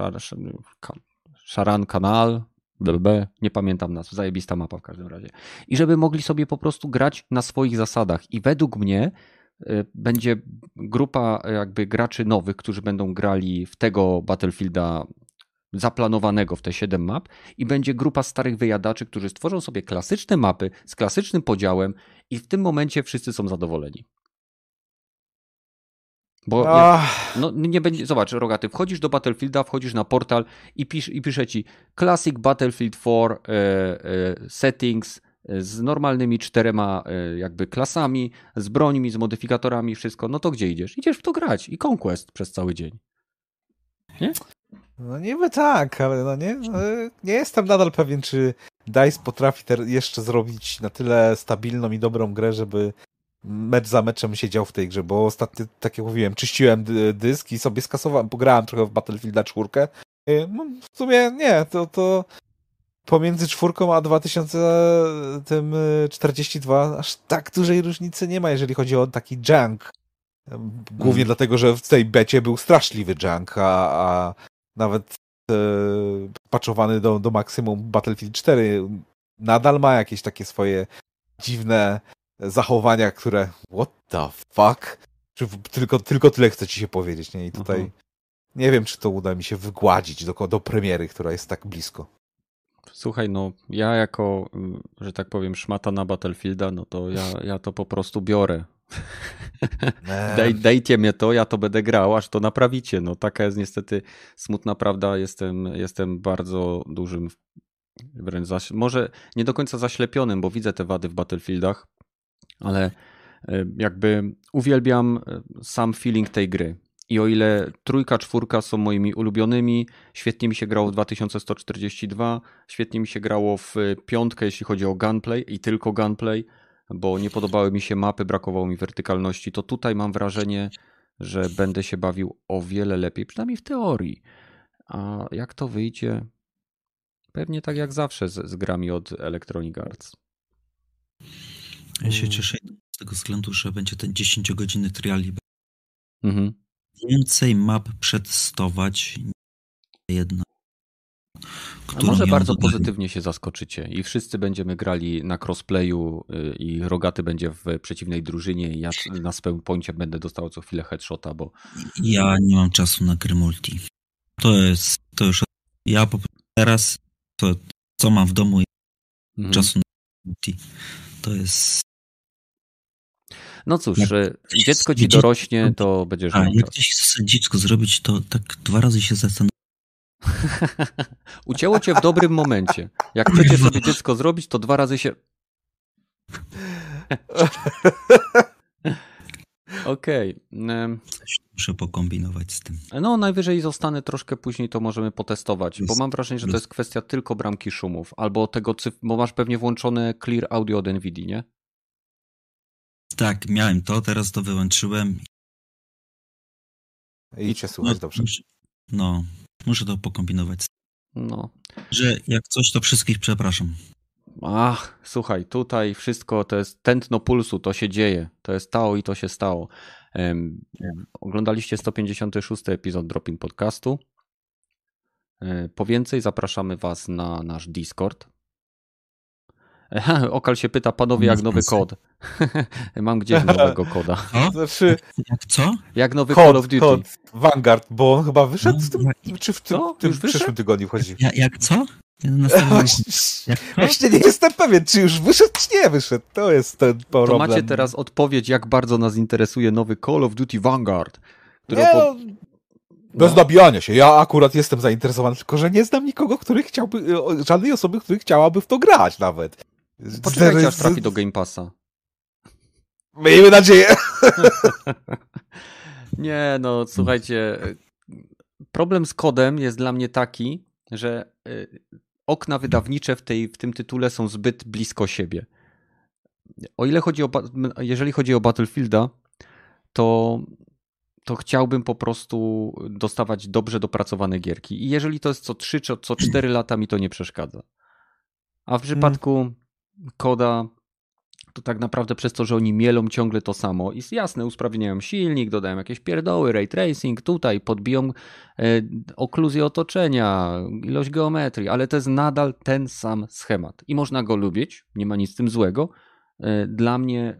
Sharan Kanal, nie pamiętam nazw, zajebista mapa w każdym razie. I żeby mogli sobie po prostu grać na swoich zasadach. I według mnie będzie grupa jakby graczy nowych, którzy będą grali w tego Battlefielda zaplanowanego w te 7 map i będzie grupa starych wyjadaczy, którzy stworzą sobie klasyczne mapy z klasycznym podziałem i w tym momencie wszyscy są zadowoleni. Bo nie będzie, zobacz, Rogaty, wchodzisz do Battlefielda, wchodzisz na portal i pisze ci Classic Battlefield 4 settings z normalnymi 4 jakby klasami, z brońmi, z modyfikatorami, wszystko. No to gdzie idziesz? Idziesz w to grać i Conquest przez cały dzień. Nie?
No niby tak, ale nie jestem nadal pewien, czy DICE potrafi jeszcze zrobić na tyle stabilną i dobrą grę, żeby mecz za meczem siedział w tej grze, bo ostatnio, tak jak mówiłem, czyściłem dysk i sobie skasowałem, pograłem trochę w Battlefielda 4. W sumie nie, to pomiędzy 4 a 2042 aż tak dużej różnicy nie ma, jeżeli chodzi o taki junk. Głównie dlatego, że w tej becie był straszliwy junk, a nawet patchowany do maksimum Battlefield 4 nadal ma jakieś takie swoje dziwne zachowania, które what the fuck? Tylko tyle chcę ci się powiedzieć, nie? I tutaj nie wiem, czy to uda mi się wygładzić do premiery, która jest tak blisko.
Słuchaj, no ja jako, że tak powiem, szmata na Battlefielda, no to ja to po prostu biorę. Dajcie mnie to, ja to będę grał, aż to naprawicie. No taka jest niestety smutna prawda. Jestem bardzo dużym, wręcz może nie do końca zaślepionym, bo widzę te wady w Battlefieldach, ale jakby uwielbiam sam feeling tej gry. I o ile 3, 4 są moimi ulubionymi, świetnie mi się grało w 2142, świetnie mi się grało w 5, jeśli chodzi o gunplay i tylko gunplay, bo nie podobały mi się mapy, brakowało mi wertykalności, to tutaj mam wrażenie, że będę się bawił o wiele lepiej, przynajmniej w teorii. A jak to wyjdzie? Pewnie tak jak zawsze z grami od Electronic Arts.
Ja się cieszę z tego względu, że będzie ten 10-godzinny trial.
Mhm.
Więcej map przetestować. Jedna.
A może bardzo pozytywnie się zaskoczycie i wszyscy będziemy grali na crossplayu i Rogaty będzie w przeciwnej drużynie i ja na swoim poincie będę dostał co chwilę headshota, bo...
Ja nie mam czasu na gry multi. To już... Ja po prostu teraz to, co mam w domu, czasu na multi. To jest...
No cóż, dziecko ci dorośnie, to będziesz...
jak ktoś chce dziecko zrobić, to tak 2 razy się zastanowi.
Ucięło cię w dobrym momencie. Jak chcecie sobie dziecko zrobić, to 2 razy się... Okej.
Coś muszę pokombinować z tym.
No najwyżej zostanę troszkę później, to możemy potestować, bo mam wrażenie, że to jest kwestia tylko bramki szumów, albo tego, bo masz pewnie włączone Clear Audio od NVIDII, nie?
Tak, miałem to, teraz to wyłączyłem.
I cię słuchać dobrze.
No, muszę to pokombinować.
No.
Że jak coś, to wszystkich przepraszam.
Ach, słuchaj, tutaj wszystko to jest tętno pulsu, to się dzieje. To jest stało i to się stało. Oglądaliście 156 epizod Drop-In Podcastu. Po więcej zapraszamy was na nasz Discord. Okal się pyta, panowie, jak nowy kod? Mam gdzieś nowego koda.
Znaczy,
jak co?
Jak nowy Call of Duty.
Kod Vanguard, bo on chyba wyszedł z tym, czy w tym przyszłym tygodniu chodzi?
Jak co?
Właśnie nie jestem pewien, czy już wyszedł, czy nie wyszedł. To jest ten problem.
To macie teraz odpowiedź, jak bardzo nas interesuje nowy Call of Duty Vanguard.
Bez nabijania się. Ja akurat jestem zainteresowany, tylko że nie znam nikogo, który chciałby, żadnej osoby, która chciałaby w to grać nawet.
Poczekajcie, aż trafi do Game Passa.
Miejmy nadzieję.
Nie, no słuchajcie, problem z kodem jest dla mnie taki, że okna wydawnicze w tym tytule są zbyt blisko siebie. O ile jeżeli chodzi o Battlefielda, to chciałbym po prostu dostawać dobrze dopracowane gierki. I jeżeli to jest co 3 czy co 4 lata, mi to nie przeszkadza. A w przypadku koda, to tak naprawdę przez to, że oni mielą ciągle to samo. I jasne, usprawniają silnik, dodają jakieś pierdoły, ray tracing, tutaj podbiją okluzję otoczenia, ilość geometrii, ale to jest nadal ten sam schemat. I można go lubić, nie ma nic z tym złego. Dla mnie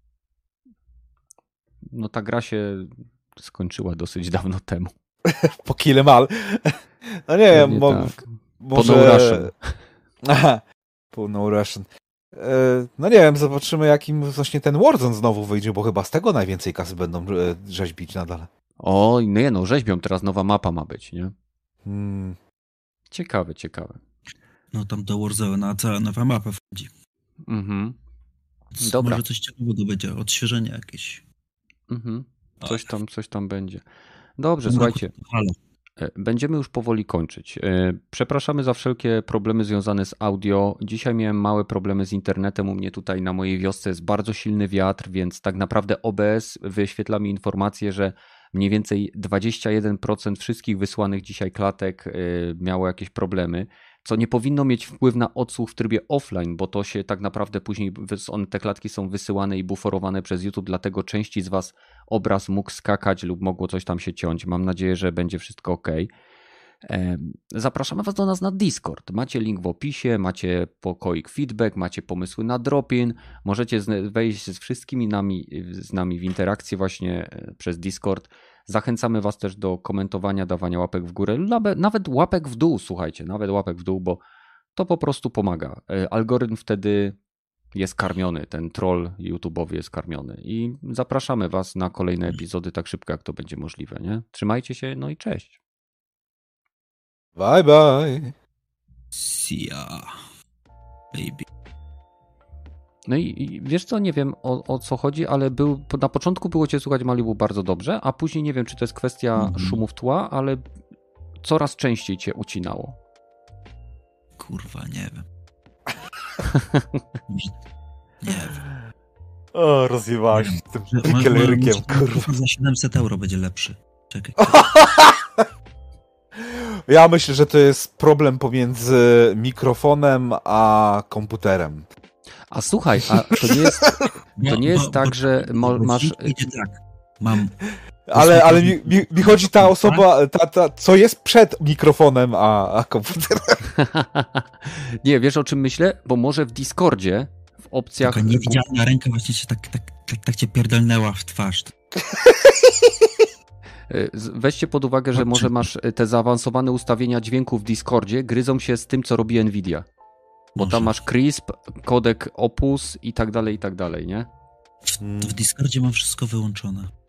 no ta gra się skończyła dosyć dawno temu.
Po Kill 'em All. No nie wiem,
tak.
może...
Po No Russian.
Aha, po No Russian. No nie wiem, zobaczymy jakim właśnie ten Warzone znowu wyjdzie, bo chyba z tego najwięcej kasy będą rzeźbić nadal.
O, nie no, rzeźbią, teraz nowa mapa ma być, nie? Ciekawe.
No tam do Warzone cała nowa mapa wchodzi.
Mhm. Dobra.
Może coś ciekawego będzie, odświeżenie jakieś.
Mhm. Coś tam będzie. Dobrze, słuchajcie. Będziemy już powoli kończyć. Przepraszamy za wszelkie problemy związane z audio. Dzisiaj miałem małe problemy z internetem. U mnie tutaj na mojej wiosce jest bardzo silny wiatr, więc tak naprawdę OBS wyświetla mi informację, że mniej więcej 21% wszystkich wysłanych dzisiaj klatek miało jakieś problemy, co nie powinno mieć wpływ na odsłuch w trybie offline, bo to się tak naprawdę później te klatki są wysyłane i buforowane przez YouTube, dlatego części z was obraz mógł skakać lub mogło coś tam się ciąć. Mam nadzieję, że będzie wszystko ok. Zapraszamy was do nas na Discord. Macie link w opisie, macie pokoik feedback, macie pomysły na drop-in. Możecie wejść z wszystkimi z nami w interakcję właśnie przez Discord. Zachęcamy was też do komentowania, dawania łapek w górę, nawet łapek w dół, słuchajcie, nawet łapek w dół, bo to po prostu pomaga. Algorytm wtedy jest karmiony, ten troll YouTube'owy jest karmiony i zapraszamy was na kolejne epizody tak szybko, jak to będzie możliwe, nie? Trzymajcie się, no i cześć.
Bye bye.
See ya, baby.
No i wiesz co, nie wiem o co chodzi, ale na początku było cię słuchać Malibu bardzo dobrze, a później nie wiem, czy to jest kwestia szumów tła, ale coraz częściej cię ucinało.
Kurwa, nie wiem. Nie wiem.
O, rozjebałeś tym kelerykiem, kurwa.
Za 700 € będzie lepszy. Czekaj.
Ja myślę, że to jest problem pomiędzy mikrofonem a komputerem.
A słuchaj, a to nie jest tak, że masz...
Mam...
Ale mi chodzi ta osoba, co jest przed mikrofonem, a komputerem.
Nie, wiesz o czym myślę? Bo może w Discordzie, w opcjach...
Taka niewidzialna ręka właśnie się tak cię pierdolnęła w twarz.
Weźcie pod uwagę, że może masz te zaawansowane ustawienia dźwięku w Discordzie, gryzą się z tym, co robi Nvidia. Bo tam masz CRISP, kodek Opus i tak dalej, nie?
W Discordzie mam wszystko wyłączone.